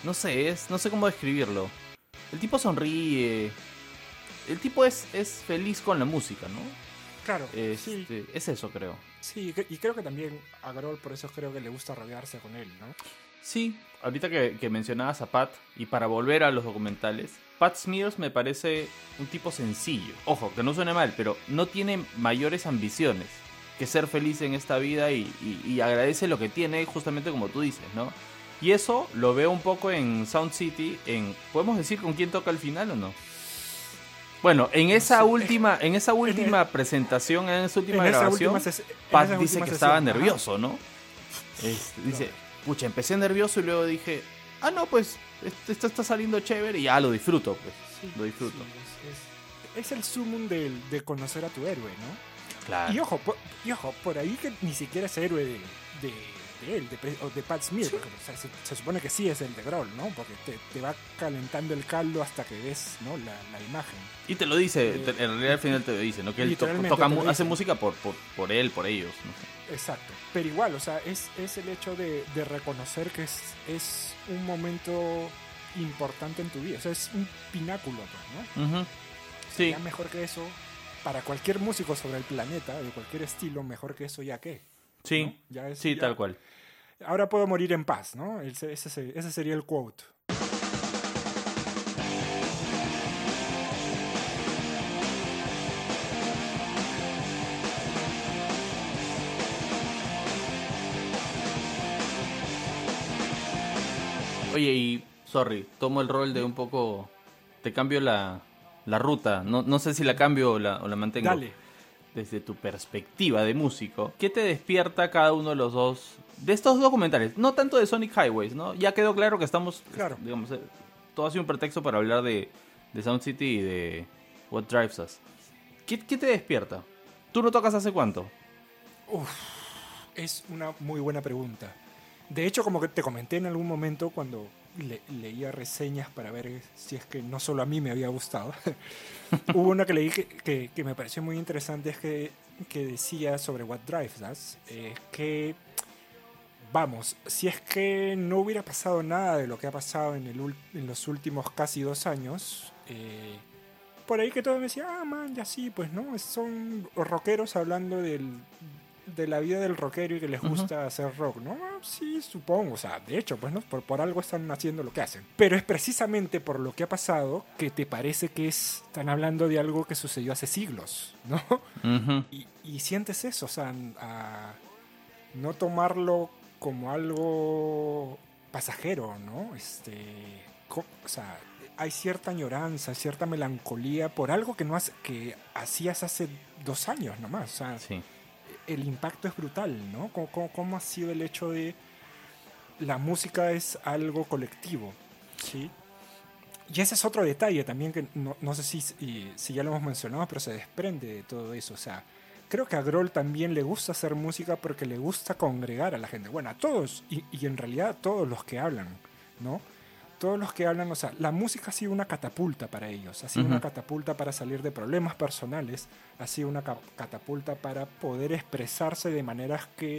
S5: no sé, es, no sé cómo describirlo. El tipo sonríe. El tipo es, es feliz con la música, ¿no?
S1: Claro,
S5: Este,
S1: sí.
S5: Es eso, creo.
S1: Sí, y creo que también a Grohl por eso creo que le gusta rodearse con él, ¿no?
S5: Sí, ahorita que, que mencionabas a Pat, y para volver a los documentales, Pat Smears me parece un tipo sencillo. Ojo, que no suene mal, pero no tiene mayores ambiciones que ser feliz en esta vida y, y, y agradece lo que tiene, justamente como tú dices, ¿no? Y eso lo veo un poco en Sound City, en ¿podemos decir con quién toca al final o no? Bueno, en esa
S1: No sé.
S5: última, en esa última presentación, en esa última
S1: En esa
S5: grabación,
S1: última ses- en
S5: Pat
S1: esa
S5: dice
S1: última
S5: que
S1: sesión,
S5: estaba
S1: ajá.
S5: nervioso, ¿no? Este, dice, pucha, empecé nervioso y luego dije, ah, no, pues, esto, esto está saliendo chévere y ya lo disfruto, pues,
S1: Sí,
S5: lo disfruto.
S1: sí, es, es- es el sumum del- de conocer a tu héroe, ¿no?
S5: Claro.
S1: Y ojo, por, y ojo, por ahí que ni siquiera es héroe de, de, de él, de, Pe- o de Pat Smear, porque o sea, se, se supone que sí es el de Grohl, ¿no? Porque te, te va calentando el caldo hasta que ves, ¿no? la, la imagen.
S5: Y te lo dice,
S1: Eh,
S5: te- en realidad al final te lo dice, ¿no? Que él to-
S1: literalmente
S5: toca,
S1: te lo
S5: mu- hace
S1: dice.
S5: música por, por, por él, por ellos, no sé.
S1: Exacto. Pero igual, o sea, es, es el hecho de, de reconocer que es, es un momento importante en tu vida. O sea, es un pináculo, pues, ¿no?
S5: Ujú. Sí,
S1: Ya mejor que eso, para cualquier músico sobre el planeta, de cualquier estilo, mejor que eso ya qué.
S5: sí,
S1: ¿no? Ya es-
S5: sí,
S1: ya-
S5: tal cual.
S1: Ahora puedo morir en paz, ¿no? Ese, ese, ese sería el quote.
S5: Oye, y, sorry, tomo el rol de un poco, te cambio la, la ruta, no, no sé si la cambio o la, o la mantengo.
S1: Dale.
S5: Desde tu perspectiva de músico, ¿qué te despierta cada uno de los dos, de estos documentales? No tanto de Sonic Highways, ¿no? Ya quedó claro que estamos,
S1: Claro.
S5: digamos, eh, todo ha sido un pretexto para hablar de, de Sound City y de What Drives Us. ¿Qué, qué te despierta? ¿Tú no tocas hace cuánto?
S1: Es una muy buena pregunta. De hecho, como que te comenté en algún momento cuando le- leía reseñas para ver si es que no solo a mí me había gustado, hubo una que leí que, que, que me pareció muy interesante, es que, que decía sobre What Drives Us, eh, que, vamos, si es que no hubiera pasado nada de lo que ha pasado en, el, ul- en los últimos casi dos años, eh, por ahí que todo me decía, ah, man, ya sí, pues no, son rockeros hablando del, de la vida del rockero y que les gusta hacer rock, ¿no? Ah, sí, supongo, o sea, de hecho, pues no, por, por algo están haciendo lo que hacen. Pero es precisamente por lo que ha pasado que te parece que es, están hablando de algo que sucedió hace siglos, ¿no?
S5: Ujú.
S1: Y, y sientes eso, o sea, a no tomarlo como algo pasajero, ¿no? Este, co- o sea, hay cierta añoranza, cierta melancolía por algo que no hace, que hacías hace dos años nomás, o sea,
S5: Sí.
S1: el impacto es brutal, ¿no? ¿Cómo, cómo, cómo ha sido el hecho de la música es algo colectivo, ¿sí? Y ese es otro detalle también que no, no sé si, si, si ya lo hemos mencionado, pero se desprende de todo eso. O sea, creo que a Grohl también le gusta hacer música porque le gusta congregar a la gente. Bueno, a todos, y, y en realidad a todos los que hablan, ¿no? Todos los que hablan, o sea, la música ha sido una catapulta para ellos, ha sido
S5: Ujú.
S1: una catapulta para salir de problemas personales, ha sido una ca- catapulta para poder expresarse de maneras que,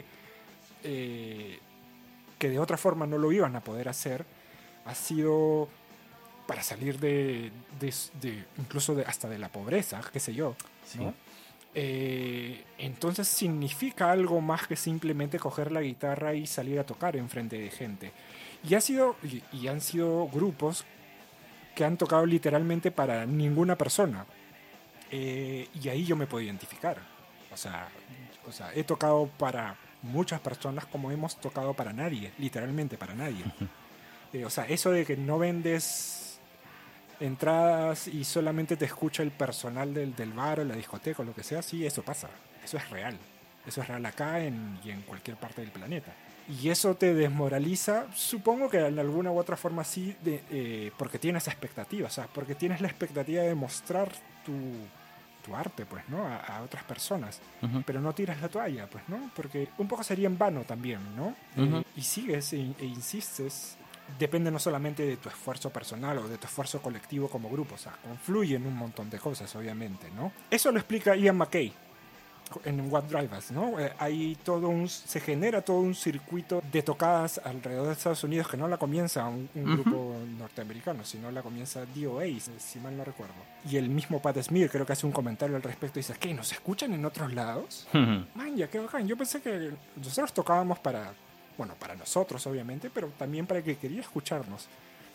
S1: eh, que de otra forma no lo iban a poder hacer, ha sido para salir de, de- de- incluso de, hasta de la pobreza, qué sé yo,
S5: Sí.
S1: ¿no? Eh, entonces significa algo más que simplemente coger la guitarra y salir a tocar enfrente de gente. Y, ha sido, y, y han sido grupos que han tocado literalmente para ninguna persona. Eh, y ahí yo me puedo identificar. O sea, o sea, he tocado para muchas personas como hemos tocado para nadie, literalmente para nadie. Eh, o sea, eso de que no vendes entradas y solamente te escucha el personal del, del bar o la discoteca o lo que sea, sí, eso pasa. Eso es real. Eso es real acá en, y en cualquier parte del planeta. Y eso te desmoraliza, supongo que en alguna u otra forma sí, de, eh, porque tienes expectativas, o sea, porque tienes la expectativa de mostrar tu, tu arte, pues, ¿no? A, a otras personas.
S5: Ujú.
S1: Pero no tiras la toalla, pues, ¿no? Porque un poco sería en vano también, ¿no?
S5: Ujú.
S1: Eh, y sigues e, e insistes. Depende no solamente de tu esfuerzo personal o de tu esfuerzo colectivo como grupo, o sea, confluyen un montón de cosas, obviamente, ¿no? Eso lo explica Ian MacKaye. en What Drive Us, ¿no? Eh, hay todo un, se genera todo un circuito de tocadas alrededor de Estados Unidos que no la comienza un, un uh-huh. grupo norteamericano, sino la comienza D O A, si mal no recuerdo. Y el mismo Pat Smear creo que hace un comentario al respecto y dice, ¿qué? ¿Nos escuchan en otros lados? Uh-huh. Man, ya qué bacán. Yo pensé que nosotros tocábamos para, bueno, para nosotros obviamente, pero también para el que quería escucharnos.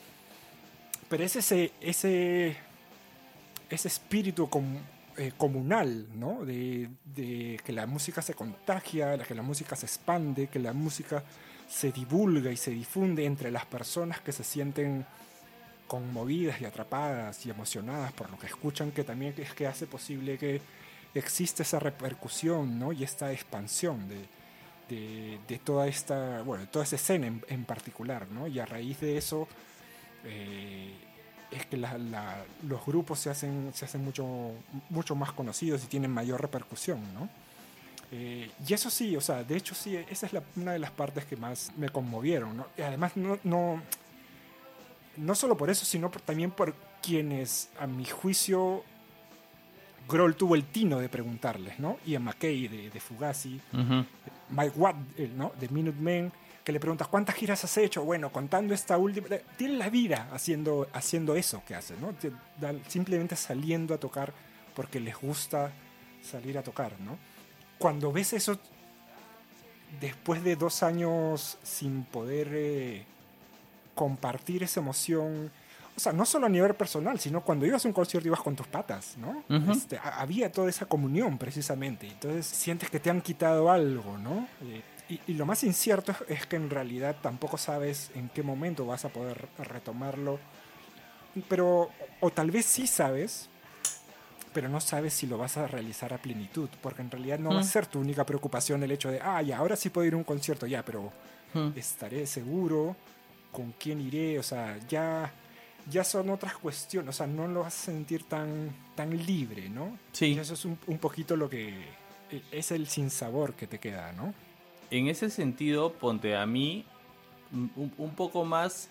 S1: Pero es ese, ese, ese espíritu común, Eh, comunal, ¿no? De, de que la música se contagia, que la música se expande, que la música se divulga y se difunde entre las personas que se sienten conmovidas y atrapadas y emocionadas por lo que escuchan, que también es que hace posible que exista esa repercusión, ¿no? Y esta expansión de, de, de toda esta, bueno, de toda esa escena en, en particular, ¿no? Y a raíz de eso eh, es que la, la, los grupos se hacen, se hacen mucho, mucho más conocidos y tienen mayor repercusión, ¿no? Eh, y eso sí, o sea, de hecho sí, esa es la, una de las partes que más me conmovieron, ¿no? Y además no, no, no solo por eso, sino por, también por quienes, a mi juicio, Grohl tuvo el tino de preguntarles, ¿no? Ian MacKaye de, de Fugazi, uh-huh. Mike Watt, ¿no? De Minutemen, que le preguntas ¿cuántas giras has hecho? Bueno, contando esta última, tiene la vida haciendo, haciendo eso que hacen, ¿no? Simplemente saliendo a tocar porque les gusta salir a tocar, ¿no? Cuando ves eso después de dos años sin poder eh, compartir esa emoción, o sea, no solo a nivel personal, sino cuando ibas a un concierto ibas con tus patas, ¿no? Uh-huh. Este, había toda esa comunión precisamente, entonces sientes que te han quitado algo, ¿no? Eh, Y, y lo más incierto es, es que en realidad tampoco sabes en qué momento vas a poder retomarlo. Pero, o tal vez sí sabes, pero no sabes si lo vas a realizar a plenitud. Porque en realidad no mm. va a ser tu única preocupación el hecho de, ah, ya, ahora sí puedo ir a un concierto, ya, pero mm. estaré seguro, con quién iré, o sea, ya, ya son otras cuestiones, o sea, no lo vas a sentir tan, tan libre, ¿no?
S5: Sí.
S1: Y eso es un, un poquito lo que, es el sinsabor que te queda, ¿no?
S5: En ese sentido, ponte a mí, un, un poco más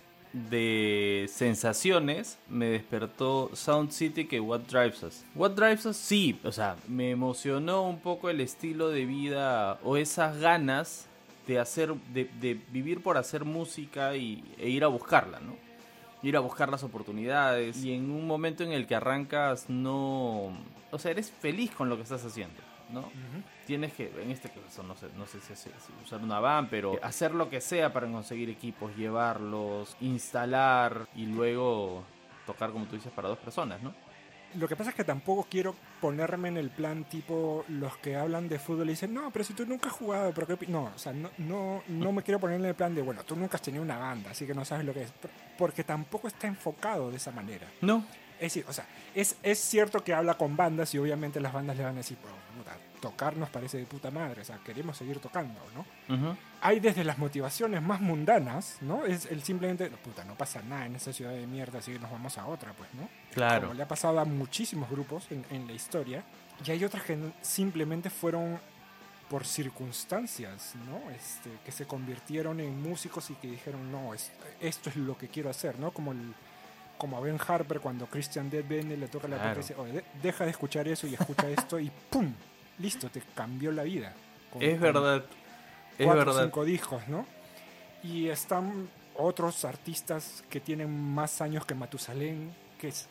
S5: de sensaciones me despertó Sound City que What Drives Us. What Drives Us, sí, o sea, me emocionó un poco el estilo de vida o esas ganas de hacer, de, de vivir por hacer música y, e ir a buscarla, ¿no? Ir a buscar las oportunidades y en un momento en el que arrancas no... O sea, eres feliz con lo que estás haciendo, ¿no? Uh-huh. Tienes que, en este caso, no sé, no sé si, si usar una van, pero hacer lo que sea para conseguir equipos, llevarlos, instalar y luego tocar, como tú dices, para dos personas, ¿no?
S1: Lo que pasa es que tampoco quiero ponerme en el plan tipo los que hablan de fútbol y dicen, no, pero si tú nunca has jugado, ¿pero qué? No, o sea, no, no, no me quiero poner en el plan de, bueno, tú nunca has tenido una banda, así que no sabes lo que es. Porque tampoco está enfocado de esa manera.
S5: No.
S1: Es decir, o sea, es, es cierto que habla con bandas y obviamente las bandas le van a decir, pues, puta, tocar nos parece de puta madre, o sea, queremos seguir tocando, ¿no? Uh-huh. Hay desde las motivaciones más mundanas, ¿no? Es el simplemente, puta, no pasa nada en esa ciudad de mierda, así que nos vamos a otra, pues, ¿no?
S5: Claro.
S1: Como le ha pasado a muchísimos grupos en, en la historia. Y hay otras que simplemente fueron por circunstancias, ¿no? Este, que se convirtieron en músicos y que dijeron, no, es, esto es lo que quiero hacer, ¿no? Como el... como a Ben Harper cuando Christian Dead viene le toca la
S5: claro.
S1: puerta y dice, oye, de- deja de escuchar eso y escucha esto y ¡pum! Listo, te cambió la vida. Con,
S5: es verdad, es
S1: cuatro
S5: verdad.
S1: o cinco discos, ¿no? Y están otros artistas que tienen más años que Matusalén, que, es,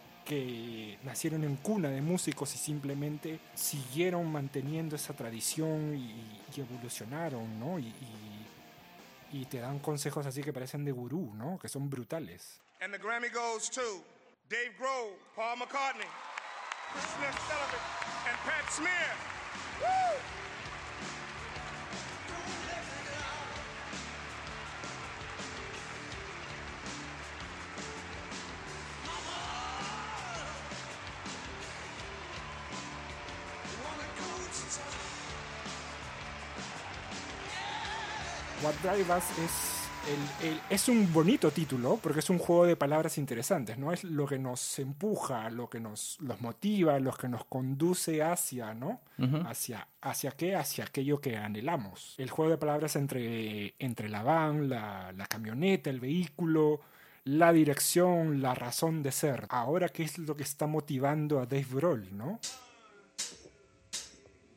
S1: que nacieron en cuna de músicos y simplemente siguieron manteniendo esa tradición y, y evolucionaron, ¿no? Y, y, y te dan consejos así que parecen de gurú, ¿no? Que son brutales.
S2: And the Grammy goes to Dave Grohl, Paul McCartney, Smith Sullivan, and Pat Smear. Woo!
S1: What Drive Us es, el, el, es un bonito título porque es un juego de palabras interesantes, ¿no? Es lo que nos empuja, lo que nos los motiva, lo que nos conduce hacia, ¿no? Uh-huh. Hacia, ¿hacia qué? Hacia aquello que anhelamos. El juego de palabras entre, entre la van, la, la camioneta, el vehículo, la dirección, la razón de ser. Ahora, ¿qué es lo que está motivando a Dave Grohl, ¿no?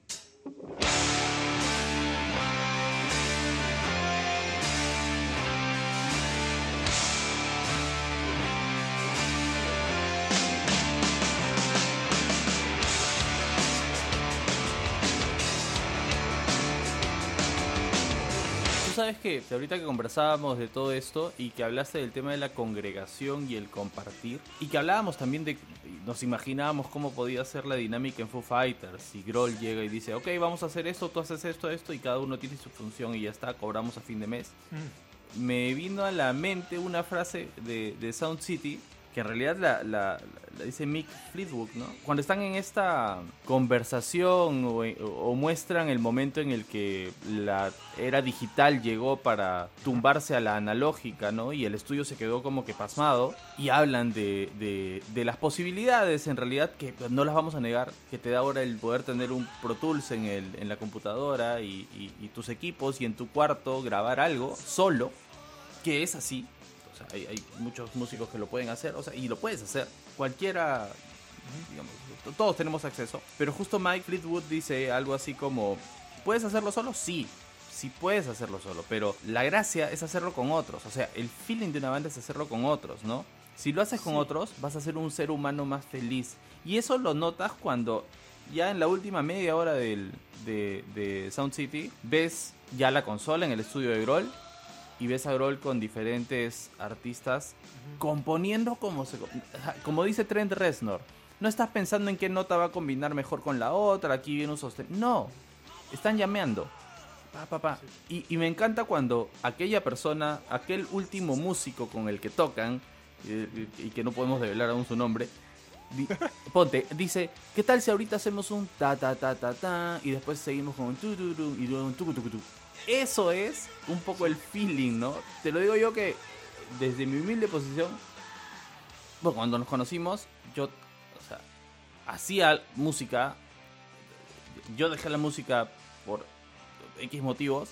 S5: Tú sabes que ahorita que conversábamos de todo esto y que hablaste del tema de la congregación y el compartir, y que hablábamos también de, nos imaginábamos cómo podía ser la dinámica en Foo Fighters, y Grohl llega y dice, ok, vamos a hacer esto, tú haces esto, esto, y cada uno tiene su función y ya está, cobramos a fin de mes. Mm. Me vino a la mente una frase de, de Sound City, que en realidad la, la, la dice Mick Fleetwood, ¿no? Cuando están en esta conversación o, o muestran el momento en el que la era digital llegó para tumbarse a la analógica, ¿no? Y el estudio se quedó como que pasmado, y hablan de, de, de las posibilidades, en realidad, que no las vamos a negar, que te da ahora el poder tener un Pro Tools en, el, en la computadora y, y, y tus equipos, y en tu cuarto grabar algo solo, que es así. O sea, hay, hay muchos músicos que lo pueden hacer, o sea, y lo puedes hacer. Cualquiera, digamos, todos tenemos acceso. Pero justo Mike Fleetwood dice algo así como, ¿puedes hacerlo solo? Sí, sí puedes hacerlo solo, pero la gracia es hacerlo con otros. O sea, el feeling de una banda es hacerlo con otros, ¿no? Si lo haces con sí. otros, vas a ser un ser humano más feliz. Y eso lo notas cuando ya en la última media hora del, de, de Sound City ves ya la consola en el estudio de Grohl, y ves a Grohl con diferentes artistas uh-huh. componiendo como se, como dice Trent Reznor. No estás pensando en qué nota va a combinar mejor con la otra, aquí viene un sostén. No, están llameando. Pa, pa, pa. Y, y me encanta cuando aquella persona, aquel último músico con el que tocan, y, y que no podemos develar aún su nombre, di, ponte, dice, ¿qué tal si ahorita hacemos un ta ta ta ta ta y después seguimos con un tu tu tu y luego un tu tu tu tu? Eso es un poco el feeling, ¿no? Te lo digo yo que desde mi humilde posición, bueno, cuando nos conocimos, yo, o sea, hacía música, yo dejé la música por X motivos,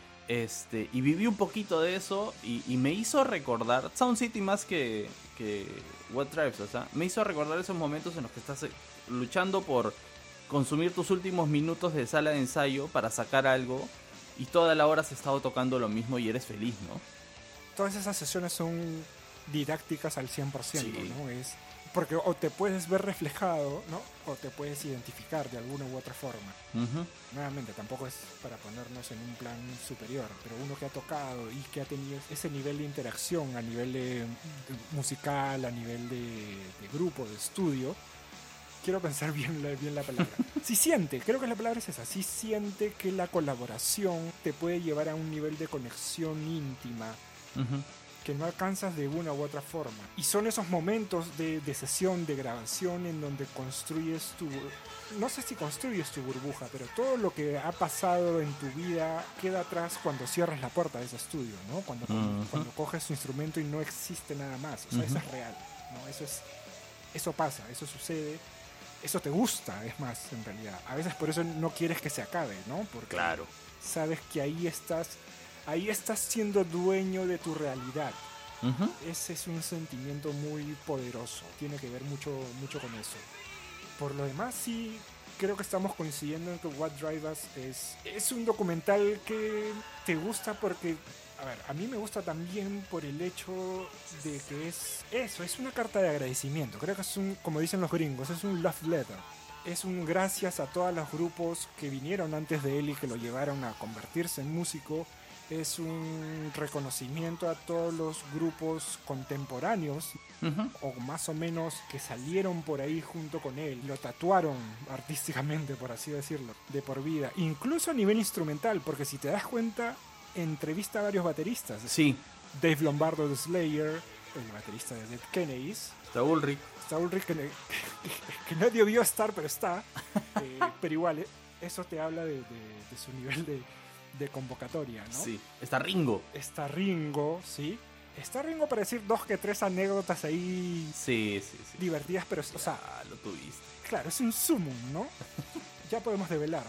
S5: este, y viví un poquito de eso y, y me hizo recordar, Sound City más que, que What Drives, o sea, me hizo recordar esos momentos en los que estás luchando por consumir tus últimos minutos de sala de ensayo para sacar algo. Y toda la hora has estado tocando lo mismo y eres feliz, ¿no?
S1: Todas esas sesiones son didácticas al cien por ciento,
S5: sí.
S1: ¿no? Es porque o te puedes ver reflejado, ¿no? O te puedes identificar de alguna u otra forma. Uh-huh. Nuevamente, tampoco es para ponernos en un plan superior, pero uno que ha tocado y que ha tenido ese nivel de interacción a nivel de, de musical, a nivel de, de grupo, de estudio, quiero pensar bien la, bien la palabra. Sí siente, creo que la palabra es esa. Sí siente que la colaboración te puede llevar a un nivel de conexión íntima uh-huh. que no alcanzas de una u otra forma. Y son esos momentos de, de sesión, de grabación, en donde construyes tu... No sé si construyes tu burbuja, pero todo lo que ha pasado en tu vida queda atrás cuando cierras la puerta de ese estudio, ¿no? Cuando, uh-huh. cuando coges tu instrumento y no existe nada más. O sea, uh-huh. eso es real, ¿no? Eso es... Eso pasa, eso sucede. Eso te gusta, es más, en realidad. A veces por eso no quieres que se acabe, ¿no? Porque
S5: claro.
S1: sabes que ahí estás, ahí estás siendo dueño de tu realidad. Uh-huh. Ese es un sentimiento muy poderoso. Tiene que ver mucho, mucho con eso. Por lo demás, sí, creo que estamos coincidiendo en que What Drives Us es, es un documental que te gusta porque... A ver, a mí me gusta también por el hecho de que es eso, es una carta de agradecimiento. Creo que es un, como dicen los gringos, es un love letter. Es un gracias a todos los grupos que vinieron antes de él y que lo llevaron a convertirse en músico. Es un reconocimiento a todos los grupos contemporáneos, uh-huh. o más o menos que salieron por ahí junto con él. Lo tatuaron artísticamente, por así decirlo, de por vida. Incluso a nivel instrumental, porque si te das cuenta... entrevista a varios bateristas.
S5: Sí.
S1: Dave Lombardo de Slayer, el baterista de Dead Kennedys.
S5: Está Ulrich.
S1: Está Ulrich que, que, que no debió estar, pero está. eh, pero igual, eso te habla de, de, de su nivel de, de convocatoria, ¿no?
S5: Sí. Está Ringo.
S1: Está Ringo, sí. Está Ringo para decir dos que tres anécdotas ahí.
S5: Sí, sí, sí.
S1: Divertidas, pero, o sea.
S5: Ah, lo tuviste.
S1: Claro, es un sumum, ¿no? Ya podemos develar.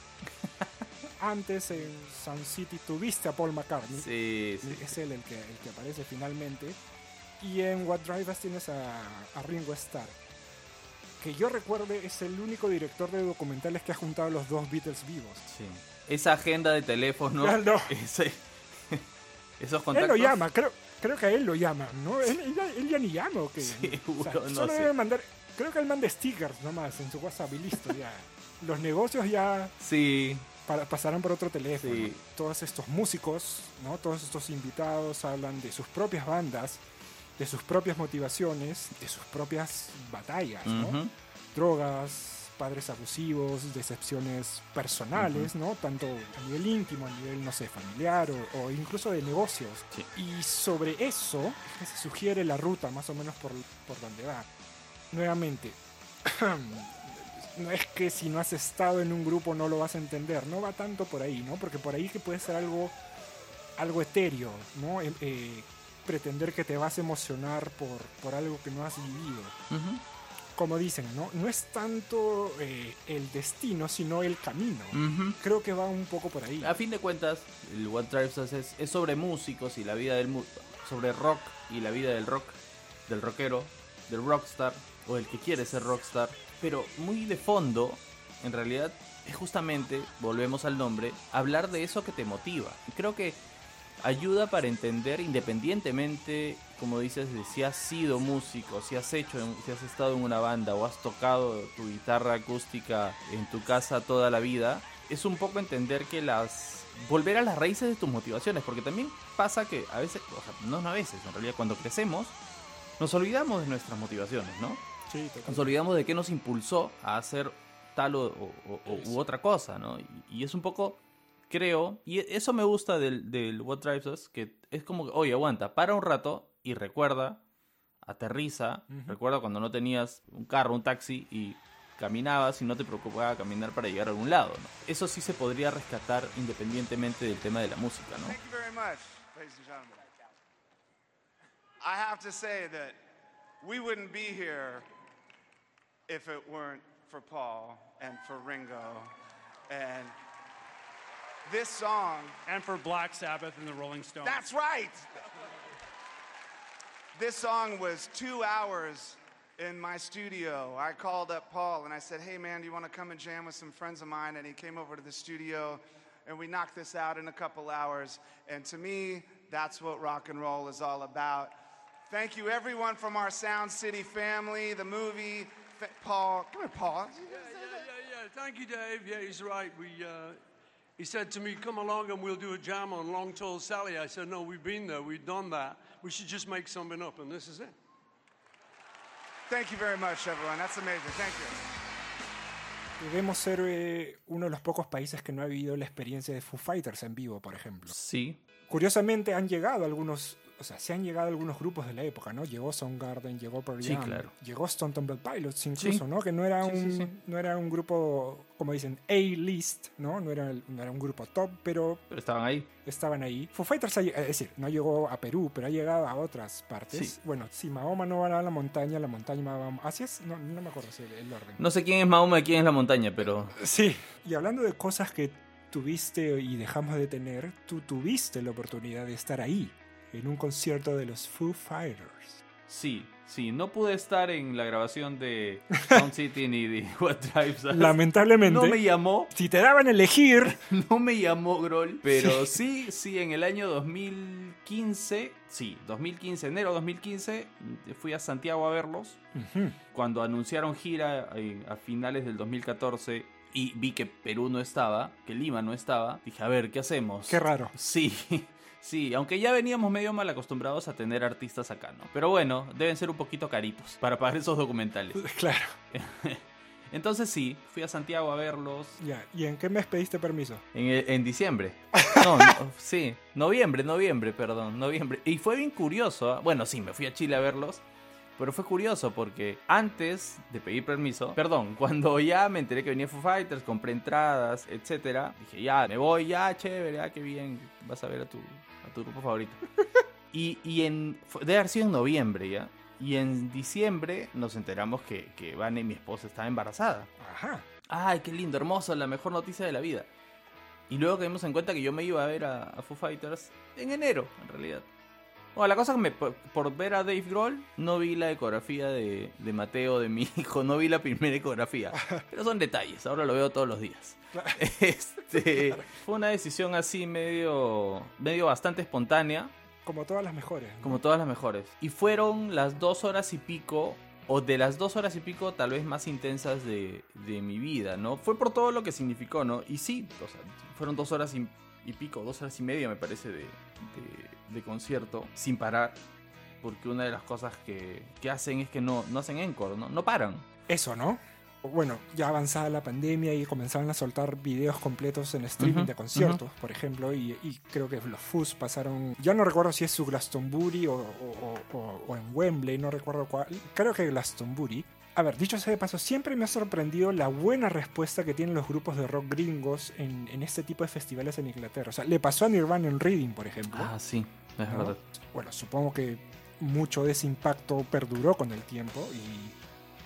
S1: Antes en Sound City tuviste a Paul McCartney.
S5: Sí, sí.
S1: Es él el que, el que aparece finalmente. Y en What Drives Us tienes a, a Ringo Starr. que yo recuerde, es el único director de documentales que ha juntado a los dos Beatles vivos.
S5: Sí. Esa agenda de teléfono,
S1: Ah, no.
S5: ese- esos
S1: Él
S5: contactos.
S1: lo llama, creo, creo que a él lo llaman, ¿no? Él, él ya, él ya ni llama, ¿o qué?
S5: Seguro,
S1: O sea,
S5: no
S1: solo
S5: sé.
S1: debe mandar, creo que él manda stickers nomás en su WhatsApp y listo, ya. Los negocios ya
S5: Sí,
S1: para, pasarán por otro teléfono.
S5: Sí.
S1: Todos estos músicos, ¿no? Todos estos invitados hablan de sus propias bandas, de sus propias motivaciones, de sus propias batallas, ¿no?
S5: Ujú.
S1: Drogas, padres abusivos, decepciones personales, ¿no? Tanto a nivel íntimo, a nivel, no sé, familiar o, o incluso de negocios.
S5: Sí.
S1: Y sobre eso es que se sugiere la ruta más o menos por, por donde va. Nuevamente, no es que si no has estado en un grupo no lo vas a entender, no va tanto por ahí, ¿no? Porque por ahí que puede ser algo, algo etéreo, ¿no? Eh, eh, pretender que te vas a emocionar por, por algo que no has vivido.
S5: Ujú.
S1: Como dicen, ¿no? No es tanto eh, el destino, sino el camino.
S5: Ujú.
S1: Creo que va un poco por ahí.
S5: A fin de cuentas, el What Drives Us es, es sobre músicos y la vida del mu- sobre rock y la vida del rock, del rockero, del rockstar o el que quiere ser rockstar, pero muy de fondo, en realidad es justamente, volvemos al nombre, hablar de eso que te motiva. Y creo que ayuda para entender, independientemente, como dices, de si has sido músico, si has hecho, si has estado en una banda o has tocado tu guitarra acústica en tu casa toda la vida, es un poco entender que las... volver a las raíces de tus motivaciones, porque también pasa que a veces, o sea, no a veces, en realidad cuando crecemos, nos olvidamos de nuestras motivaciones, ¿no?
S1: Sí, total.
S5: Nos olvidamos de qué nos impulsó a hacer tal o, o- o- u otra cosa, ¿no? Y, y es un poco, creo, y eso me gusta del, del What Drives Us, que es como, que, oye, aguanta, para un rato y recuerda, aterriza,
S1: Ujú.
S5: recuerda cuando no tenías un carro, un taxi y caminabas y no te preocupaba caminar para llegar a algún lado, ¿no? Eso sí se podría rescatar independientemente del tema de la música, ¿no?
S2: Thank you very much, ladies and gentlemen. I have to say that we wouldn't be here if it weren't for Paul and for Ringo. And this song,
S4: And for Black Sabbath and the Rolling Stones.
S2: that's right! This song was two hours in my studio. I called up Paul and I said, hey man, do you want to come and jam with some friends of mine? And he came over to the studio and we knocked this out in a couple hours. And to me, that's what rock and roll is all about. Thank you everyone from our Sound City family, the movie. Th- Paul, come here, Paul.
S4: Yeah, yeah, yeah. Thank you, Dave. Yeah, he's right. We, uh, he said to me, come along and we'll do a jam on Long Tall Sally. I said, no, we've been there. We've done that. We should just make something up, and this is it.
S2: Thank you very much, everyone. That's amazing. Thank you.
S1: Debemos ser eh, uno de los pocos países que no ha vivido la experiencia de Foo Fighters en vivo, por ejemplo.
S5: Sí,
S1: Curiosamente han llegado algunos, o sea, se han llegado algunos grupos de la época, ¿no? Llegó Soundgarden, llegó Pearl
S5: Sí,
S1: Jam,
S5: claro.
S1: llegó Stone Temple Pilots incluso,
S5: Sí.
S1: ¿no? Que no era,
S5: Sí, sí,
S1: un,
S5: sí.
S1: no era un grupo, como dicen, A-list, ¿no? No era, no era un grupo top, pero
S5: pero estaban ahí.
S1: estaban ahí. Foo Fighters, ha lle- es decir, no llegó a Perú, pero ha llegado a otras partes.
S5: Sí.
S1: Bueno, si Mahoma no va a la montaña, la montaña va a... Así es, no, no me acuerdo si el, el orden.
S5: No sé quién es Mahoma y quién es la montaña, pero
S1: Sí, y hablando de cosas que tuviste y dejamos de tener, tú tuviste la oportunidad de estar ahí, en un concierto de los Foo Fighters.
S5: sí, sí, no pude estar en la grabación de Sound City ni de What Drives Us.
S1: Lamentablemente,
S5: No me llamó,
S1: si te daban a elegir,
S5: no me llamó Grohl, pero sí, sí, en el año dos mil quince, sí, dos mil quince, enero dos mil quince, fui a Santiago a verlos.
S1: ujú,
S5: Cuando anunciaron gira eh, a finales del dos mil catorce y vi que Perú no estaba, que Lima no estaba, dije, a ver, ¿qué hacemos?
S1: qué raro.
S5: Sí, sí, aunque ya veníamos medio mal acostumbrados a tener artistas acá, ¿no? Pero bueno, deben ser un poquito caritos para pagar esos documentales.
S1: Claro,
S5: Entonces sí, fui a Santiago a verlos
S1: ya. ¿Y en qué mes pediste permiso?
S5: en, en diciembre. No, no, sí, noviembre, noviembre, perdón, noviembre. Y fue bien curioso, ¿ah? Bueno, sí, me fui a Chile a verlos. Pero fue curioso porque antes de pedir permiso, perdón, cuando ya me enteré que venía Foo Fighters, compré entradas, etcétera, dije, ya, me voy, ya, chévere, ya, qué bien, vas a ver a tu, a tu grupo favorito. Y, y en, fue- debe haber sido en noviembre, ¿ya? Y en diciembre nos enteramos que, que Vane, mi esposa, estaba embarazada.
S1: Ajá.
S5: Ay, qué lindo, hermoso, la mejor noticia de la vida. Y luego caímos en cuenta que yo me iba a ver a, a Foo Fighters en enero, en realidad. Bueno, la cosa es que me, por, por ver a Dave Grohl no vi la ecografía de, de Mateo, de mi hijo, no vi la primera ecografía. Pero son detalles, ahora lo veo todos los días. Este, fue una decisión así medio, medio bastante espontánea.
S1: Como todas las mejores, ¿no?
S5: Como todas las mejores. Y fueron las dos horas y pico, o de las dos horas y pico tal vez más intensas de, de mi vida, ¿no? Fue por todo lo que significó, ¿no? Y sí, o sea, fueron dos horas y, y pico, dos horas y media me parece de, de, de concierto, sin parar. Porque una de las cosas que, que hacen es que no, no hacen encore, ¿no? No paran.
S1: Eso, ¿no? Bueno, ya avanzada la pandemia y comenzaron a soltar videos completos en streaming
S5: Uh-huh,
S1: de conciertos,
S5: uh-huh.
S1: por ejemplo, y, y creo que los Fuzz pasaron, ya no recuerdo si es su Glastonbury o, o, o, o en Wembley, no recuerdo cuál, creo que Glastonbury. A ver, dicho sea de paso, siempre me ha sorprendido la buena respuesta que tienen los grupos de rock gringos en, en este tipo de festivales en Inglaterra. O sea, le pasó a Nirvana en Reading, por ejemplo.
S5: Ah, sí, es
S1: ¿no?
S5: verdad.
S1: Bueno, supongo que mucho de ese impacto perduró con el tiempo y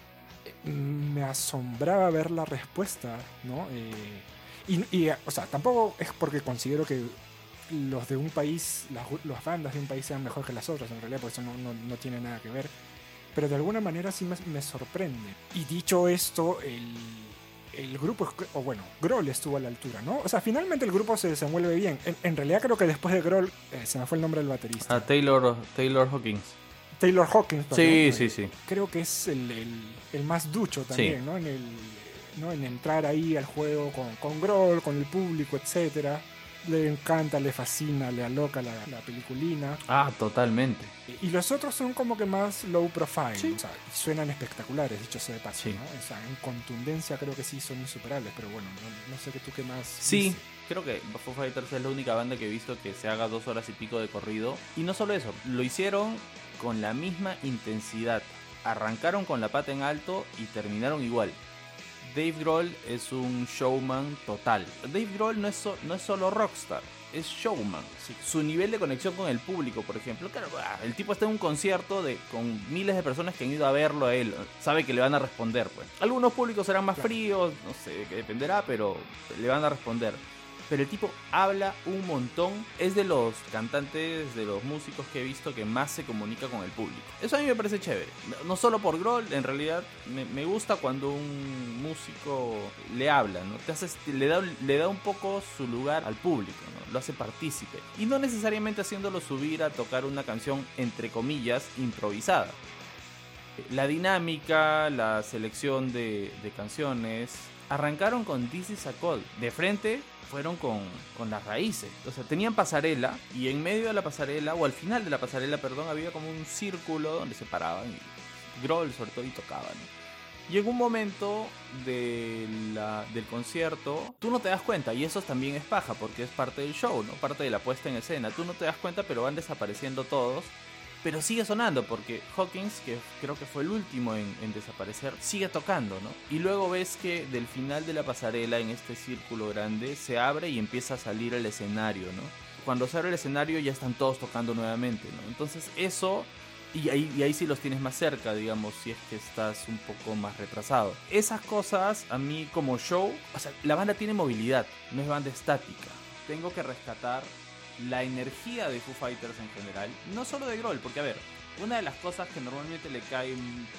S1: me asombraba ver la respuesta, ¿no? Eh, y, y, o sea, tampoco es porque considero que los de un país, las, las bandas de un país sean mejor que las otras, en realidad, por eso no, no, no tiene nada que ver. Pero de alguna manera sí me, me sorprende. Y dicho esto, el, el grupo, o bueno, Grohl estuvo a la altura, ¿no? O sea, finalmente el grupo se desenvuelve bien. En, en realidad creo que después de Grohl, eh, se me fue el nombre del baterista.
S5: Ah, Taylor, Taylor Hawkins.
S1: Taylor Hawkins.
S5: Sí,
S1: perdón,
S5: sí, sí.
S1: Creo que es el, el, el más ducho también,
S5: Sí.
S1: ¿no? En, el, ¿no? En entrar ahí al juego con, con Grohl, con el público, etcétera. Le encanta, le fascina, le aloca la, la peliculina.
S5: Ah, totalmente.
S1: Y los otros son como que más low profile.
S5: Sí.
S1: O sea, suenan espectaculares, dicho sea de paso,
S5: Sí.
S1: ¿no? O sea, en contundencia creo que sí son insuperables, pero bueno, no, no sé qué tú qué más.
S5: Sí,
S1: dices.
S5: creo que Foo Fighters es la única banda que he visto que se haga dos horas y pico de corrido. Y no solo eso, lo hicieron con la misma intensidad. Arrancaron con la pata en alto y terminaron igual. Dave Grohl es un showman total. Dave Grohl no es, so- no es solo rockstar, es showman.
S1: Sí.
S5: Su nivel de conexión con el público, por ejemplo, claro, ah, el tipo está en un concierto de, con miles de personas que han ido a verlo a él. Sabe que le van a responder, pues. Algunos públicos serán más
S1: Claro.
S5: fríos, no sé, que dependerá, pero le van a responder. Pero el tipo habla un montón. Es de los cantantes, de los músicos que he visto que más se comunica con el público. Eso a mí me parece chévere. No- No solo por Grohl, en realidad me, me gusta cuando un músico le habla, ¿no? Te hace, le, da, le da un poco su lugar al público, ¿no? Lo hace partícipe. Y no necesariamente haciéndolo subir a tocar una canción, entre comillas, improvisada. La dinámica, la selección de, de canciones. Arrancaron con This Is a Call. De frente fueron con, con las raíces. O sea, tenían pasarela y en medio de la pasarela, o al final de la pasarela, perdón, había como un círculo donde se paraban y Grohl sobre todo y tocaban. Y en un momento de la, del concierto, tú no te das cuenta, y eso también es paja, porque es parte del show, ¿no? Parte de la puesta en escena. Tú no te das cuenta, pero van desapareciendo todos. Pero sigue sonando porque Hawkins, que creo que fue el último en, en desaparecer, sigue tocando, ¿no? Y luego ves que del final de la pasarela, en este círculo grande, se abre y empieza a salir el escenario, ¿no? Cuando se abre el escenario ya están todos tocando nuevamente, ¿no? Entonces eso, y ahí, y ahí sí los tienes más cerca, digamos, si es que estás un poco más retrasado. Esas cosas, a mí como show, o sea, la banda tiene movilidad, no es banda estática. Tengo que rescatar la energía de Foo Fighters en general, no solo de Grohl, porque a ver, una de las cosas que normalmente le cae,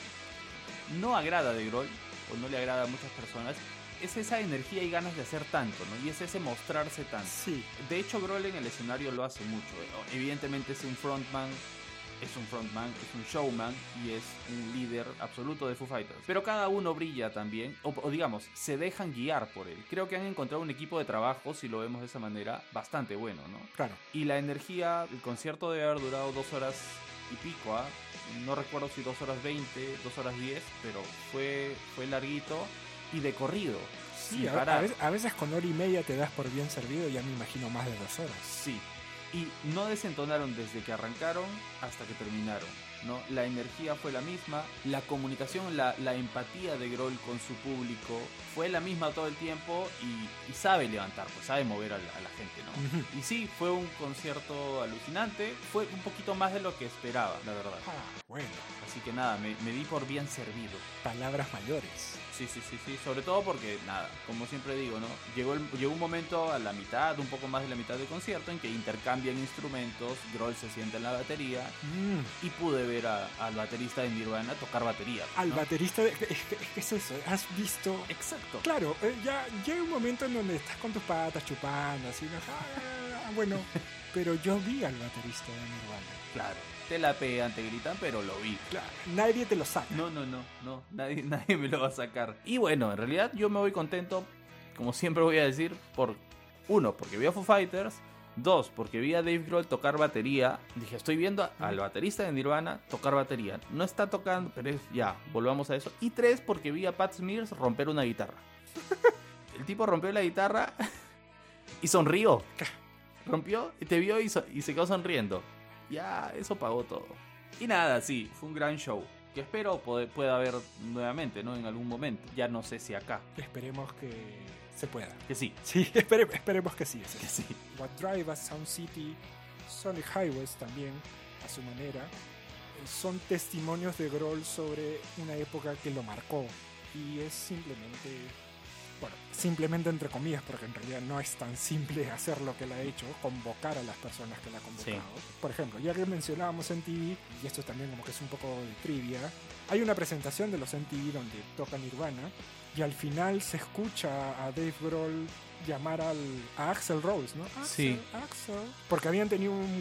S5: no agrada de Grohl, o no le agrada a muchas personas, es esa energía y ganas de hacer tanto, ¿no? Y es ese mostrarse tanto.
S1: Sí.
S5: De hecho, Grohl en el escenario lo hace mucho. Evidentemente es un frontman, es un frontman, es un showman y es un líder absoluto de Foo Fighters. Pero cada uno brilla también, o, o digamos, se dejan guiar por él. Creo que han encontrado un equipo de trabajo, si lo vemos de esa manera, bastante bueno, ¿no?
S1: Claro.
S5: Y la energía, el concierto debe haber durado dos horas y pico, ¿ah? No recuerdo si dos horas veinte, dos horas diez, pero fue, fue larguito y de corrido.
S1: Sí,
S5: sin
S1: a,
S5: parar.
S1: a veces, a veces con hora y media te das por bien servido, ya me imagino más de dos horas.
S5: Sí. Y no desentonaron desde que arrancaron hasta que terminaron, ¿no? La energía fue la misma, la comunicación, la, la empatía de Grohl con su público fue la misma todo el tiempo y, y sabe levantar, pues sabe mover a la, a la gente, ¿no?
S1: Ujú.
S5: Y sí, fue un concierto alucinante, fue un poquito más de lo que esperaba, la verdad.
S1: Ah, bueno.
S5: Así Así que nada, me, me di por bien servido.
S1: Palabras mayores.
S5: Sí, sí, sí, sí. Sobre todo porque, nada, como siempre digo, ¿no? Llegó, el, llegó un momento a la mitad, un poco más de la mitad del concierto, en que intercambian instrumentos, Grohl se sienta en la batería
S1: Mm.
S5: y pude ver a- al baterista de Nirvana tocar batería.
S1: Al
S5: ¿no?
S1: baterista, de- es, que- es que es eso, has visto...
S5: Exacto.
S1: Claro, eh, ya llega un momento en donde estás con tus patas chupando, así, ¿no? Ah, bueno, pero yo vi al baterista de Nirvana.
S5: Claro. Te la pegan, te gritan, pero lo vi.
S1: Claro, nadie te lo saca.
S5: No, no, no, no. Nadie, nadie me lo va a sacar. Y bueno, en realidad yo me voy contento, como siempre voy a decir, por uno, porque vi a Foo Fighters. Dos, porque vi a Dave Grohl tocar batería. Dije, estoy viendo a- al baterista de Nirvana tocar batería. No está tocando, pero es ya, volvamos a eso. Y tres, porque vi a Pat Smears romper una guitarra. El tipo rompió la guitarra y sonrió. Rompió, y te vio y, so- y se quedó sonriendo. Ya, eso pagó todo. Y nada, sí, fue un gran show. Que espero pode- pueda haber nuevamente, ¿no? En algún momento. Ya no sé si acá.
S1: Esperemos que se pueda.
S5: Que sí.
S1: Sí, espere- esperemos que sí. es
S5: Que
S1: eso.
S5: sí.
S1: What Drive Us, Sound City, Sonic Highways también, a su manera, eh, son testimonios de Grohl sobre una época que lo marcó. Y es simplemente, bueno, simplemente entre comillas, porque en realidad no es tan simple hacer lo que él ha hecho, convocar a las personas que la ha convocado. Por ejemplo, ya que mencionábamos M T V, y esto también como que es un poco de trivia, hay una presentación de los M T V donde toca Nirvana, y al final se escucha a Dave Grohl llamar al, a Axl Rose, ¿no? Axl,
S5: Sí.
S1: Axl. Porque habían tenido un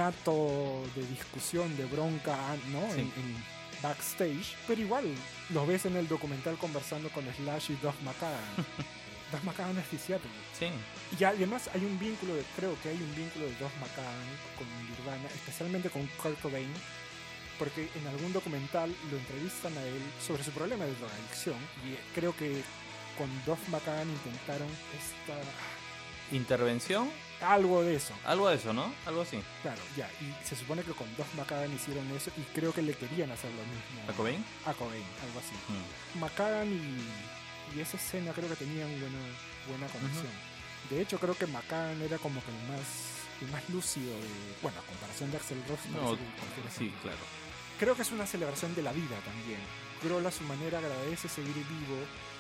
S1: conato de discusión, de bronca, ¿no?
S5: Sí.
S1: En, en backstage, pero igual los ves en el documental conversando con Slash y Duff McKagan. Duff McKagan es de Seattle.
S5: Sí.
S1: Y además hay un vínculo, de, creo que hay un vínculo de Duff McKagan con Nirvana, especialmente con Kurt Cobain, porque en algún documental lo entrevistan a él sobre su problema de drogadicción, y creo que con Duff McKagan intentaron esta,
S5: Intervención,
S1: algo de eso.
S5: algo de eso, ¿no? Algo así.
S1: Claro, ya, y se supone que con Duff McKagan hicieron eso, y creo que le querían hacer lo mismo
S5: ¿A Cobain?
S1: a Cobain, algo así.
S5: Mm.
S1: McKagan y, y esa escena creo que tenían buena, buena conexión. De hecho, creo que McKagan era como que el más, el más lúcido de, bueno, a comparación de Axl Rose.
S5: No,
S1: parece que cualquiera
S5: sí,
S1: se-
S5: claro.
S1: Creo que es una celebración de la vida también. Grohl a su manera agradece seguir vivo,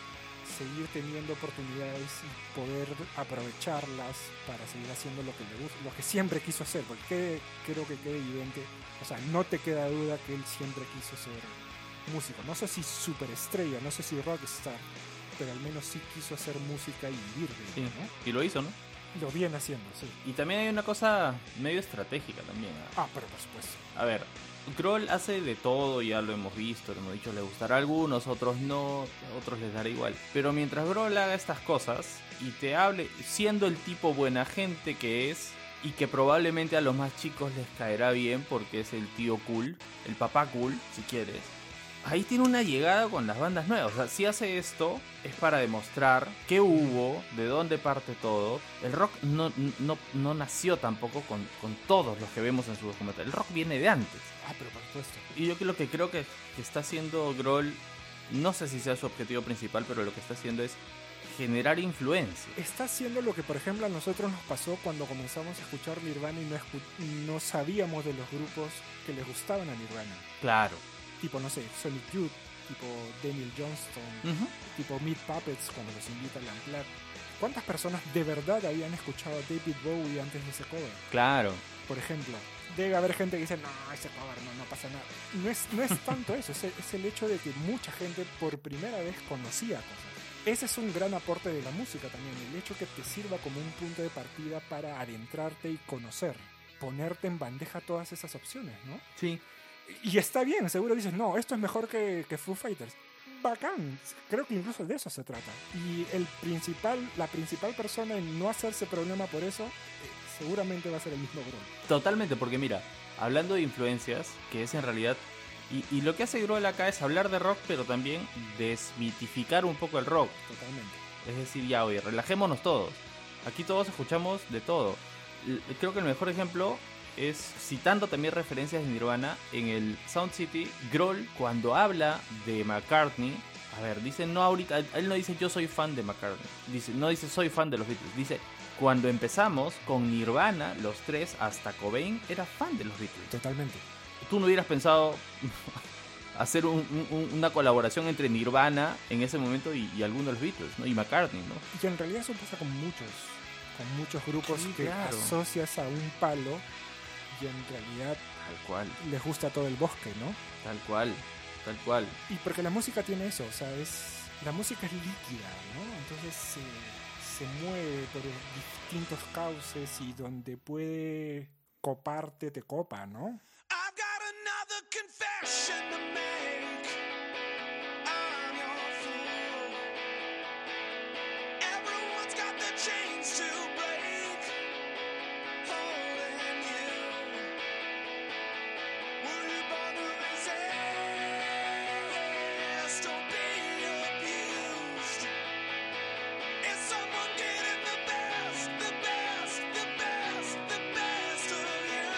S1: seguir teniendo oportunidades y poder aprovecharlas para seguir haciendo lo que le gusta, lo que siempre quiso hacer, porque quede- creo que queda evidente, o sea, no te queda duda que él siempre quiso ser músico. No sé si superestrella, no sé si rockstar, pero al menos sí quiso hacer música y vivir de
S5: Sí.
S1: ello, ¿no?
S5: Y lo hizo, ¿no?
S1: Lo viene haciendo, sí.
S5: Y también hay una cosa medio estratégica también. ¿ah?
S1: Ah, pero por supuesto.
S5: A ver, Grohl hace de todo, ya lo hemos visto, lo hemos dicho, le gustará a algunos, otros no, a otros les dará igual. Pero mientras Grohl haga estas cosas y te hable, siendo el tipo buena gente que es, y que probablemente a los más chicos les caerá bien porque es el tío cool, el papá cool, si quieres. Ahí tiene una llegada con las bandas nuevas. O sea, si hace esto es para demostrar qué hubo, de dónde parte todo. El rock no, no, no nació tampoco con, con todos los que vemos en su documental. El rock viene de antes.
S1: Ah, pero por supuesto.
S5: Y yo lo que creo que, que está haciendo Grohl, no sé si sea su objetivo principal, pero lo que está haciendo es generar influencia.
S1: Está haciendo lo que, por ejemplo, a nosotros nos pasó cuando comenzamos a escuchar Nirvana y no, escu- no sabíamos de los grupos que les gustaban a Nirvana.
S5: Claro.
S1: Tipo, no sé, Sonic Youth, tipo Daniel Johnston,
S5: Ujú.
S1: tipo Meat Puppets cuando los invitan a Unplugged. ¿Cuántas personas de verdad habían escuchado a David Bowie antes de ese cover?
S5: Claro.
S1: Por ejemplo, debe haber gente que dice, no, ese cover no, no pasa nada. No es, no es tanto eso, es el, es el hecho de que mucha gente por primera vez conocía cosas. Ese es un gran aporte de la música también, el hecho que te sirva como un punto de partida para adentrarte y conocer, ponerte en bandeja todas esas opciones, ¿no?
S5: Sí.
S1: Y está bien, seguro dices, no, esto es mejor que, que Foo Fighters. Bacán, creo que incluso de eso se trata. Y el principal, la principal persona en no hacerse problema por eso, eh, seguramente va a ser el mismo Grohl.
S5: Totalmente, porque mira, hablando de influencias, que es en realidad... Y, y lo que hace Grohl acá es hablar de rock, pero también desmitificar un poco el rock.
S1: Totalmente.
S5: Es decir, ya, oye, relajémonos todos. Aquí todos escuchamos de todo. L- Creo que el mejor ejemplo es, citando también referencias de Nirvana, en el Sound City, Grohl, cuando habla de McCartney, a ver, dice, no ahorita, él no dice yo soy fan de McCartney, dice, no dice soy fan de los Beatles, dice, cuando empezamos con Nirvana, los tres, hasta Cobain, era fan de los Beatles.
S1: Totalmente.
S5: Tú no hubieras pensado, hacer un, un, una colaboración entre Nirvana en ese momento y, y algunos de los Beatles, ¿no? Y McCartney, ¿no?
S1: Y en realidad eso pasa con muchos, con muchos grupos
S5: Sí,
S1: que
S5: claro.
S1: asocias a un palo y en realidad
S5: Tal cual,
S1: les gusta todo el bosque, ¿no?
S5: tal cual, tal cual.
S1: Y porque la música tiene eso, o sea, es, la música es líquida, ¿no? Entonces se, se mueve por distintos cauces y donde puede coparte, te copa, ¿no?
S6: I've got another confession to make. I'm your fool. Everyone's got the chains to break. Holding you. Were you born to resist or be abused? Is someone getting the best, the best, the best, the best of you?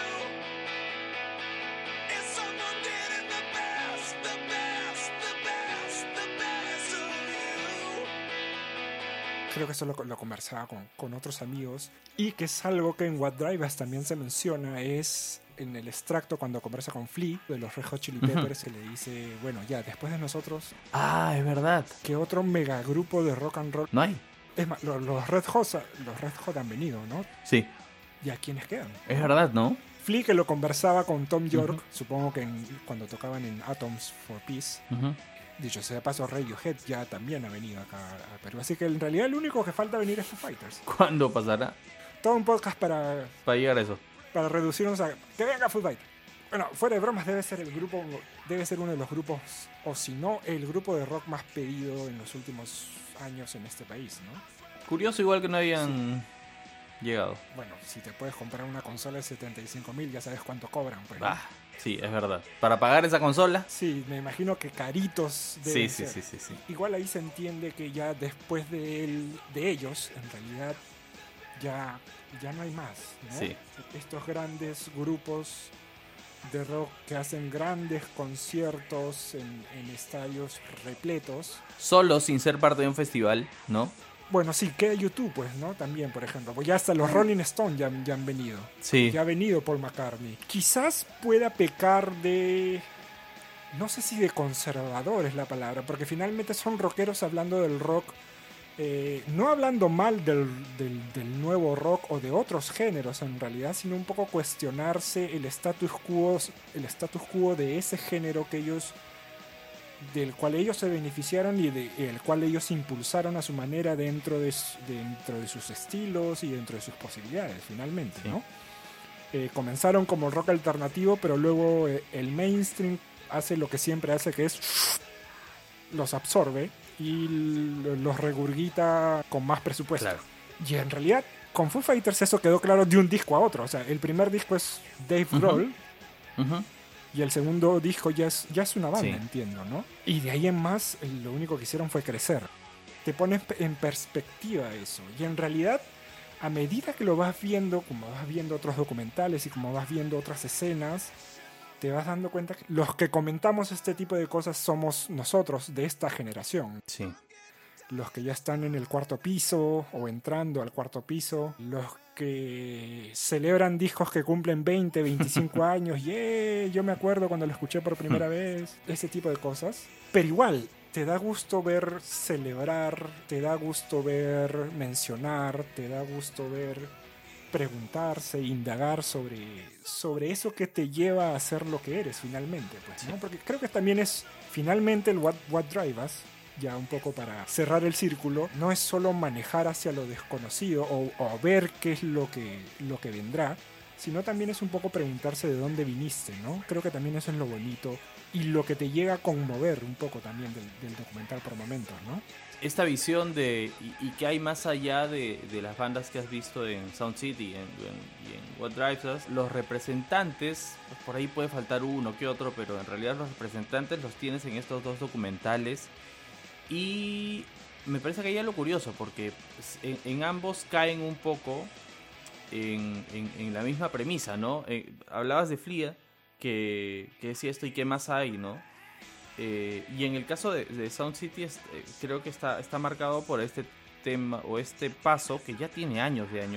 S6: Is someone getting the best, the best, the best, the best of you?
S1: Creo que eso lo, lo conversaba con, con otros amigos y que es algo que en What Drive Us también se menciona, es en el extracto cuando conversa con Flea de los Red Hot Chili Peppers, se le dice, bueno, ya, después de nosotros,
S5: Ah, es verdad.
S1: ¿qué otro megagrupo de rock and roll?
S5: ¿No hay?
S1: Es más, los, los Red Hot, los Red Hot han venido, ¿no?
S5: Sí,
S1: ¿Y a quiénes quedan?
S5: es verdad, ¿no?
S1: Flea que lo conversaba con Tom York,
S5: Ujú.
S1: supongo que en- cuando tocaban en Atoms for Peace.
S5: Ujú.
S1: Dicho sea de paso, Radiohead ya también ha venido acá a Perú. Así que en realidad el único que falta venir es Foo Fighters.
S5: ¿Cuándo pasará
S1: Todo un podcast para,
S5: para llegar a eso?
S1: para reducirnos a que venga Foo Fighters. Bueno, fuera de bromas, debe ser el grupo, debe ser uno de los grupos, o si no, el grupo de rock más pedido en los últimos años en este país, ¿no?
S5: Curioso igual que no habían llegado.
S1: Bueno, si te puedes comprar una consola de setenta y cinco mil, ya sabes cuánto cobran. Pues, ¿no?
S5: Ah, sí, es verdad. Para pagar esa consola.
S1: Sí, me imagino que caritos
S5: Sí,
S1: deben
S5: sí,
S1: ser.
S5: sí, sí, sí.
S1: Igual ahí se entiende que ya después de, él, de ellos, en realidad, ya, ya no hay más, ¿no?
S5: Sí.
S1: Estos grandes grupos de rock que hacen grandes conciertos en, en estadios repletos.
S5: Solo sin ser parte de un festival, ¿no?
S1: Bueno, sí, queda YouTube, pues, ¿no? También, por ejemplo. Pues ya hasta los Rolling Stones ya, ya han venido.
S5: Sí.
S1: Ya ha venido Paul McCartney. Quizás pueda pecar de... No sé si de conservador es la palabra, porque finalmente son rockeros hablando del rock, eh, no hablando mal del, del, del nuevo rock o de otros géneros en realidad, sino un poco cuestionarse el status quo, el status quo de ese género que ellos, del cual ellos se beneficiaron y de, el cual ellos impulsaron a su manera dentro de, su- dentro de sus estilos y dentro de sus posibilidades, finalmente,
S5: Sí.
S1: ¿no? Eh, comenzaron como rock alternativo, pero luego eh, el mainstream hace lo que siempre hace, que es los absorbe y l- los regurgita con más presupuesto.
S5: Claro.
S1: Y en realidad, con Foo Fighters eso quedó claro de un disco a otro. O sea, el primer disco es Dave
S5: Ujú.
S1: Grohl
S5: Ujú.
S1: y el segundo disco ya es, ya es una banda,
S5: Sí.
S1: entiendo, ¿no? Y de ahí en más, eh, lo único que hicieron fue crecer. Te pones en perspectiva eso. Y en realidad, a medida que lo vas viendo, como vas viendo otros documentales y como vas viendo otras escenas, te vas dando cuenta que los que comentamos este tipo de cosas somos nosotros de esta generación.
S5: Sí.
S1: Los que ya están en el cuarto piso o entrando al cuarto piso, los que celebran discos que cumplen veinte, veinticinco años, yeah, yo me acuerdo cuando lo escuché por primera vez, ese tipo de cosas. Pero igual, te da gusto ver celebrar, te da gusto ver mencionar, te da gusto ver preguntarse, indagar sobre, sobre eso que te lleva a ser lo que eres finalmente, pues, ¿no? Porque creo que también es finalmente el What, What Drive Us, ya un poco para cerrar el círculo, no es solo manejar hacia lo desconocido o, o ver qué es lo que, lo que vendrá, sino también es un poco preguntarse de dónde viniste, ¿no? Creo que también eso es lo bonito y lo que te llega a conmover un poco también del, del documental por momentos, ¿no?
S5: Esta visión de y, y que hay más allá de, de las bandas que has visto en Sound City en- en- y en What Drives Us, los representantes, pues por ahí puede faltar uno que otro, pero en realidad los representantes los tienes en estos dos documentales y me parece que hay algo curioso porque pues, en, en ambos caen un poco en, en- en la misma premisa, ¿no? Eh, hablabas de Flea, que, que decía esto y qué más hay, ¿no? Eh, y en el caso de, de Sound City es- eh, creo que está, está marcado por este tema o este paso que ya tiene años de años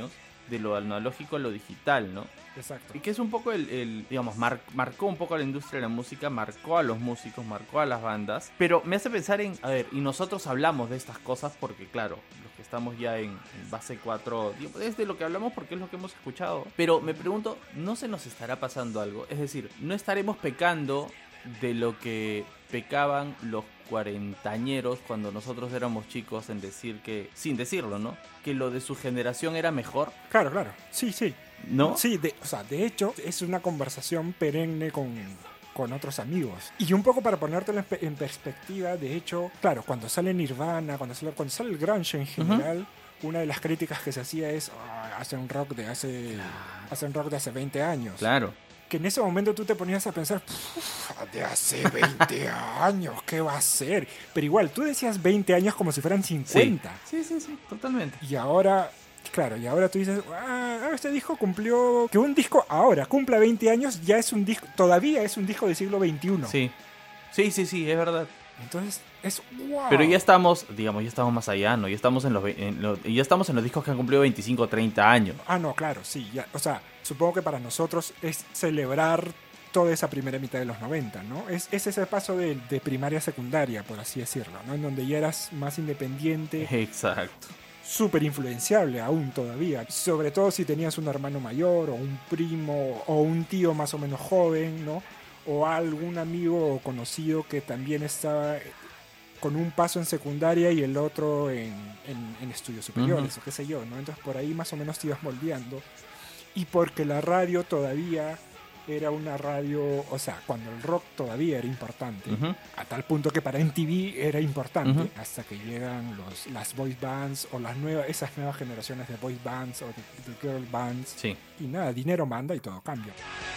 S5: de lo analógico a lo digital, ¿no?
S1: Exacto.
S5: Y que es un poco el, el digamos, mar- marcó un poco a la industria de la música, marcó a los músicos, marcó a las bandas. Pero me hace pensar en, a ver, y nosotros hablamos de estas cosas porque, claro, los que estamos ya en, en base cuatro, digo, es de lo que hablamos porque es lo que hemos escuchado. Pero me pregunto, ¿no se nos estará pasando algo? Es decir, ¿no estaremos pecando de lo que pecaban los cuarentañeros cuando nosotros éramos chicos en decir que, sin decirlo, ¿no? Que lo de su generación era mejor,
S1: Claro, claro. Sí, sí.
S5: ¿no?
S1: Sí, de, o sea, de hecho, es una conversación perenne con, con otros amigos. Y un poco para ponértelo en, pe- en perspectiva, de hecho, claro, cuando sale Nirvana, cuando sale, cuando sale el grunge en general, una de las críticas que se hacía es, "Ah, hacen rock de hace, hacen rock de hace veinte años.
S5: Claro.
S1: Que en ese momento tú te ponías a pensar, "Puf, de hace veinte años, ¿qué va a ser?" Pero igual, tú decías veinte años como si fueran cincuenta.
S5: Sí, sí, sí, totalmente.
S1: Y ahora, claro, y ahora tú dices, ah, este disco cumplió, que un disco ahora cumpla veinte años, ya es un disco, todavía es un disco del siglo veintiuno.
S5: Sí. Sí, sí, sí, es verdad.
S1: Entonces, es wow.
S5: Pero ya estamos, digamos, ya estamos más allá, ¿no? Ya estamos en los, ve- en los- ya estamos en los discos que han cumplido veinticinco o treinta años.
S1: Ah, no, claro, sí, ya, o sea, supongo que para nosotros es celebrar toda esa primera mitad de los noventa, ¿no? Es, es ese paso de, de primaria a secundaria, por así decirlo, ¿no? En donde ya eras más independiente,
S5: Exacto.
S1: súper influenciable aún todavía, sobre todo si tenías un hermano mayor o un primo o un tío más o menos joven, ¿no? O algún amigo o conocido que también estaba con un paso en secundaria y el otro en, en- en estudios superiores, o qué sé yo, ¿no? Entonces por ahí más o menos te ibas moldeando. Y porque la radio todavía era una radio, o sea, cuando el rock todavía era importante,
S5: Ujú.
S1: a tal punto que para M T V era importante,
S5: Ujú.
S1: hasta que llegan los, las boy bands o las nuevas, esas nuevas generaciones de boy bands o de, de girl bands.
S5: Sí.
S1: Y nada, dinero manda y todo cambia.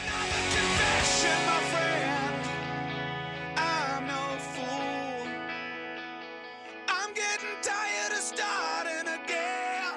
S6: Confession, my friend, I'm no fool. I'm getting tired of starting again,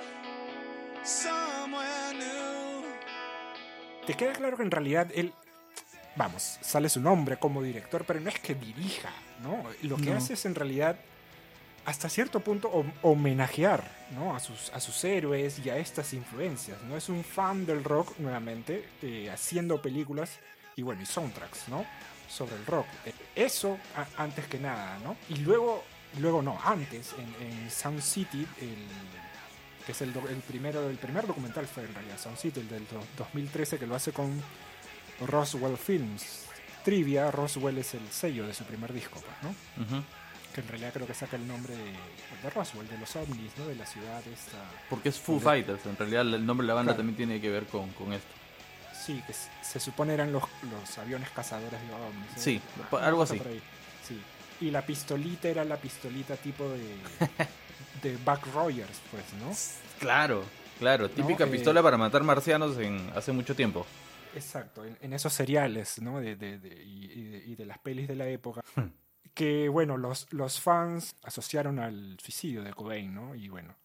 S6: somewhere new.
S1: Te queda claro que en realidad él, vamos, sale su nombre como director, pero no es que dirija, ¿no? Lo que
S5: No.
S1: hace es en realidad, hasta cierto punto, hom- homenajear, ¿no? A sus, a sus héroes y a estas influencias, ¿no? Es un fan del rock, nuevamente, eh, haciendo películas y, bueno, y soundtracks, ¿no? Sobre el rock. Eh, Eso, a- antes que nada, ¿no? Y luego, luego no, antes, en, en Sound City, el que es el, do- el primero, el primer documental fue en realidad Sound City, el del do- dos mil trece, que lo hace con Roswell Films. Trivia, Roswell es el sello de su primer disco, pues, ¿no?
S5: Ujú.
S1: Que en realidad creo que saca el nombre de, de Roswell, de los ovnis, ¿no? De la ciudad esta.
S5: Porque es Foo
S1: Donde-
S5: Fighters, en realidad el nombre de la banda
S1: Claro.
S5: también tiene que ver con, con esto.
S1: Sí, que s- se supone eran los, los aviones cazadores de ovnis. ¿eh?
S5: Sí,
S1: Ah,
S5: po-
S1: una
S5: algo
S1: cosa
S5: así.
S1: por ahí, sí. Y la pistolita era la pistolita tipo de, de Buck Rogers, pues, ¿no?
S5: Claro, claro, típica
S1: eh,
S5: pistola para matar marcianos en hace mucho tiempo.
S1: Exacto, en, en esos seriales, ¿no? De, de- de- y, y de, y de las pelis de la época. Que, bueno, los, los fans asociaron al suicidio de Cobain, ¿no? Y bueno.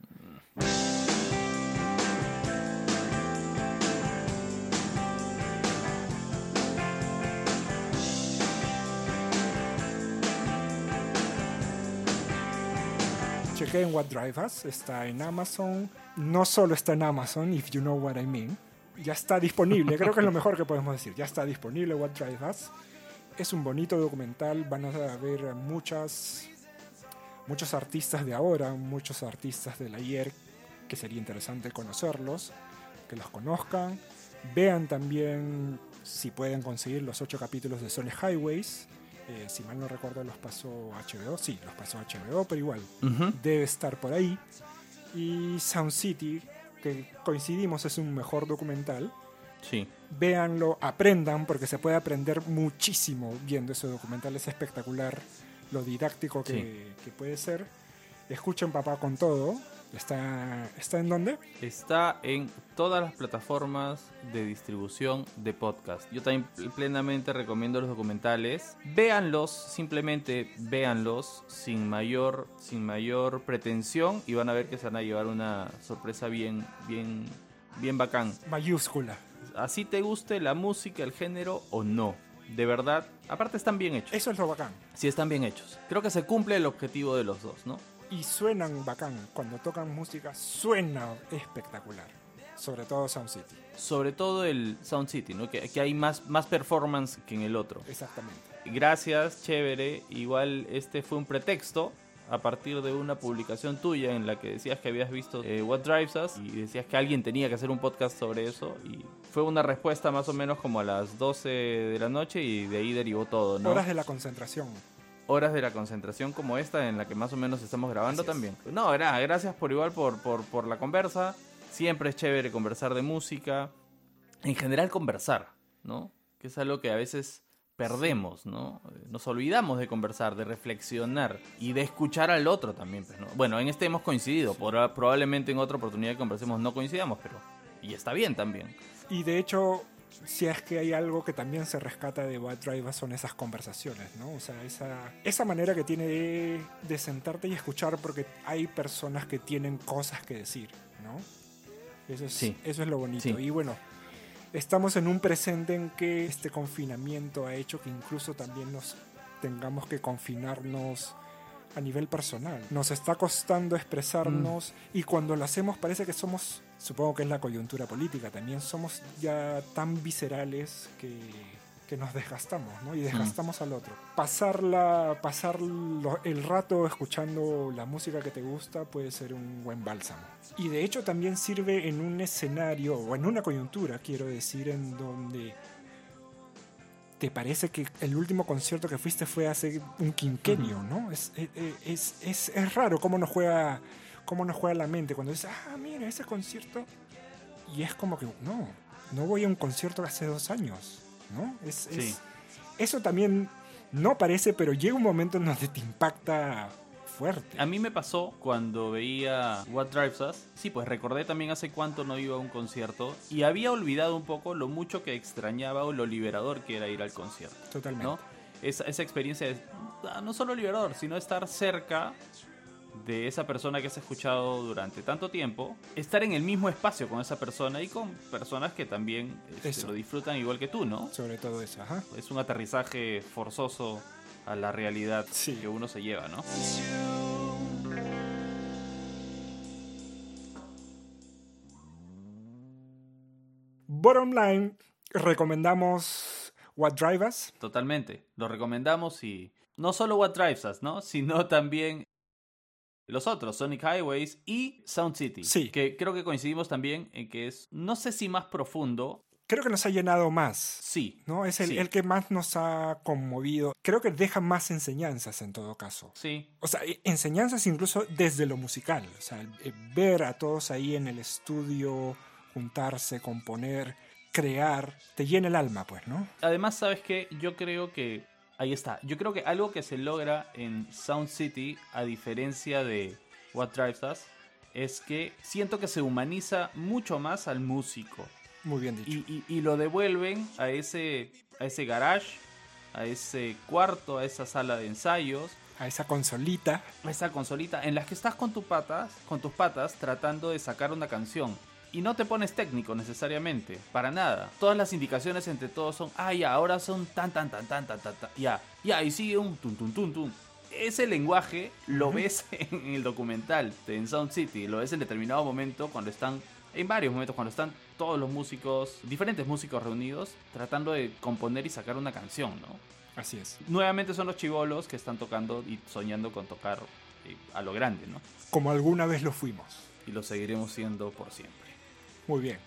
S1: Chequen What Drive Us, está en Amazon. No solo está en Amazon, if you know what I mean. Ya está disponible, creo que es lo mejor que podemos decir. Ya está disponible What Drive Us. Es un bonito documental, van a ver muchas, muchos artistas de ahora, muchos artistas del ayer, que sería interesante conocerlos, que los conozcan. Vean también si pueden conseguir los ocho capítulos de Sonic Highways. Eh, si mal no recuerdo los pasó H B O, sí, los pasó H B O, pero igual
S5: Ujú.
S1: debe estar por ahí. Y Sound City, que coincidimos, es un mejor documental.
S5: Sí.
S1: Véanlo, aprendan, porque se puede aprender muchísimo viendo ese documental. Es espectacular lo didáctico que,
S5: Sí.
S1: que puede ser. Escuchen Papá con Todo. ¿Está, ¿Está en dónde?
S5: Está en todas las plataformas de distribución de podcast. Yo también plenamente recomiendo los documentales. Véanlos, simplemente véanlos sin mayor, sin mayor pretensión y van a ver que se van a llevar una sorpresa bien, bien, bien bacán.
S1: Mayúscula.
S5: Así te guste la música, el género o no. De verdad, aparte están bien hechos.
S1: Eso es lo bacán.
S5: Sí, están bien hechos. Creo que se cumple el objetivo de los dos, ¿no?
S1: Y suenan bacán. Cuando tocan música, suena espectacular. Sobre todo Sound City.
S5: Sobre todo el Sound City, ¿no? Que, que hay más, más performance que en el otro.
S1: Exactamente.
S5: Gracias, chévere. Igual este fue un pretexto a partir de una publicación tuya en la que decías que habías visto eh, What Drives Us y decías que alguien tenía que hacer un podcast sobre eso, y fue una respuesta más o menos como a las doce de la noche y de ahí derivó todo, ¿no?
S1: Horas de la concentración.
S5: Horas de la concentración como esta en la que más o menos estamos grabando
S1: Así es.
S5: también. No, gra- gracias por igual por, por, por la conversa. Siempre es chévere conversar de música. En general conversar, ¿no? Que es algo que a veces perdemos, ¿no? Nos olvidamos de conversar, de reflexionar y de escuchar al otro también, pues, ¿no? Bueno, en este hemos coincidido. Por- probablemente en otra oportunidad que conversemos no coincidamos, pero... Y está bien también.
S1: Y de hecho, si es que hay algo que también se rescata de What Drive Us son esas conversaciones, ¿no? O sea, esa, esa manera que tiene de, de sentarte y escuchar, porque hay personas que tienen cosas que decir, ¿no? Eso es,
S5: Sí.
S1: eso es lo bonito.
S5: Sí.
S1: Y bueno, estamos en un presente en que este confinamiento ha hecho que incluso también nos tengamos que confinarnos a nivel personal. Nos está costando expresarnos y cuando lo hacemos parece que somos, supongo que es la coyuntura política, también somos ya tan viscerales que, que nos desgastamos, ¿no? Y desgastamos al otro. Pasar, la, pasar lo- el rato escuchando la música que te gusta puede ser un buen bálsamo. Y de hecho también sirve en un escenario, o en una coyuntura, quiero decir, en donde te parece que el último concierto que fuiste fue hace un quinquenio, ¿no? Es, es, es, es, es raro cómo nos juega cómo nos juega la mente cuando dices, ah, mira, ese concierto. Y es como que, no, no voy a un concierto de hace dos años, ¿no? Es,
S5: Sí.
S1: es, eso también no parece, pero llega un momento en donde te impacta fuerte.
S5: A mí me pasó cuando veía What Drives Us. Sí, pues recordé también hace cuánto no iba a un concierto y había olvidado un poco lo mucho que extrañaba o lo liberador que era ir al concierto,
S1: Totalmente.
S5: ¿no? Esa, esa experiencia es ah, no solo liberador, sino estar cerca de esa persona que has escuchado durante tanto tiempo, estar en el mismo espacio con esa persona y con personas que también este,
S1: Eso.
S5: lo disfrutan igual que tú, ¿no?
S1: Sobre todo eso, ajá.
S5: Es un aterrizaje forzoso a la realidad
S1: Sí.
S5: que uno se lleva, ¿no?
S1: Bottom line, recomendamos What Drive Us.
S5: Totalmente. Lo recomendamos y no solo What Drives Us, ¿no? Sino también los otros, Sonic Highways y Sound City.
S1: Sí.
S5: Que creo que coincidimos también en que es, no sé si más profundo,
S1: Creo que nos ha llenado más,
S5: sí.
S1: ¿no? Es el,
S5: Sí.
S1: el que más nos ha conmovido. Creo que deja más enseñanzas en todo caso.
S5: Sí,
S1: O sea, e- enseñanzas incluso desde lo musical. O sea, eh, ver a todos ahí en el estudio, juntarse, componer, crear, te llena el alma, pues, ¿no?
S5: además, ¿sabes qué? Yo creo que... Ahí está. Yo creo que algo que se logra en Sound City, a diferencia de What Drives Us, es que siento que se humaniza mucho más al músico.
S1: Muy bien dicho.
S5: Y, y- y lo devuelven a ese, a ese garage, a ese cuarto, a esa sala de ensayos,
S1: A esa consolita.
S5: a esa consolita en la que estás con, tu patas, con tus patas tratando de sacar una canción. Y no te pones técnico necesariamente, para nada. Todas las indicaciones entre todos son, ah, ya, ahora son tan, tan, tan, tan, tan, tan, tan, ya, ya, y sigue un tum, tum, tum, tum. Ese lenguaje lo ves en el documental de en Sound City, lo ves en determinado momento cuando están, en varios momentos, cuando están todos los músicos, diferentes músicos reunidos, tratando de componer y sacar una canción, ¿no?
S1: Así es.
S5: Nuevamente son los chibolos que están tocando y soñando con tocar eh, a lo grande, ¿no?
S1: Como alguna vez lo fuimos.
S5: Y lo seguiremos siendo por siempre.
S1: Muy bien.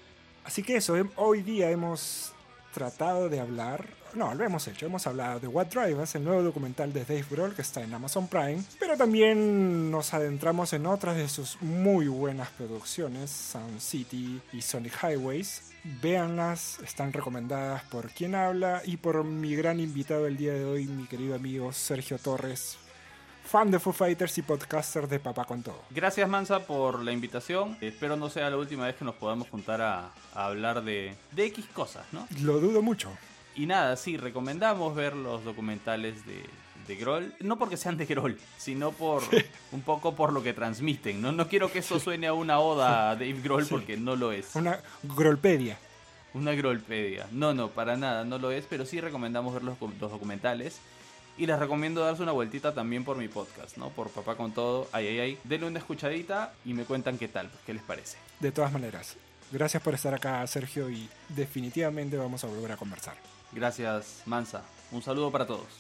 S1: Así que eso, hem- hoy día hemos tratado de hablar, no, lo hemos hecho, hemos hablado de What Drive Us, el nuevo documental de Dave Grohl que está en Amazon Prime, pero también nos adentramos en otras de sus muy buenas producciones, Sound City y Sonic Highways. Véanlas, están recomendadas por quien habla y por mi gran invitado el día de hoy, mi querido amigo Sergio Torres, fan de Foo Fighters y podcaster de Papá con Todo.
S5: Gracias, Mansa, por la invitación. Espero no sea la última vez que nos podamos juntar a, a hablar de, de X cosas, ¿no?
S1: Lo dudo mucho.
S5: Y nada, sí, recomendamos ver los documentales de, de Grohl. No porque sean de Grohl, sino por un poco por lo que transmiten, ¿no? No quiero que eso suene a una oda a Dave Grohl porque no lo es.
S1: Una Grohlpedia.
S5: Una Grohlpedia. No, no, para nada, no lo es, pero sí recomendamos ver los, los documentales. Y les recomiendo darse una vueltita también por mi podcast, ¿no? Por Papá con Todo. Ay, ay, ay. Denle una escuchadita y me cuentan qué tal, qué les parece.
S1: De todas maneras. Gracias por estar acá, Sergio, y definitivamente vamos a volver a conversar.
S5: Gracias, Mansa. Un saludo para todos.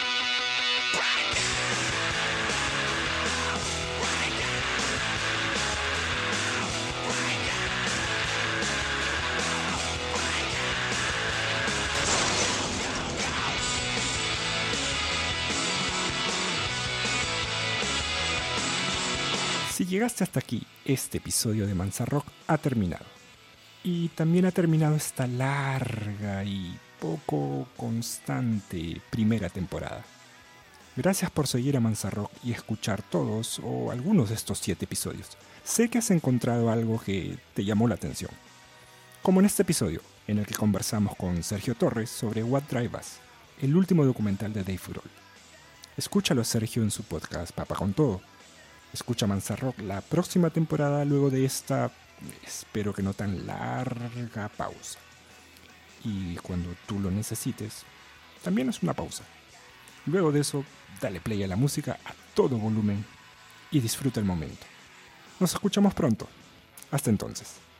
S1: Si llegaste hasta aquí, este episodio de Mansa Rock ha terminado. Y también ha terminado esta larga y poco constante primera temporada. Gracias por seguir a Mansa Rock y escuchar todos o algunos de estos siete episodios. Sé que has encontrado algo que te llamó la atención. Como en este episodio, en el que conversamos con Sergio Torres sobre What Drive Us, el último documental de Dave Grohl. Escúchalo a Sergio en su podcast Papa con Todo. Escucha Mansa Rock la próxima temporada luego de esta, espero que no tan larga pausa. Y cuando tú lo necesites, también es una pausa. Luego de eso, dale play a la música a todo volumen y disfruta el momento. Nos escuchamos pronto. Hasta entonces.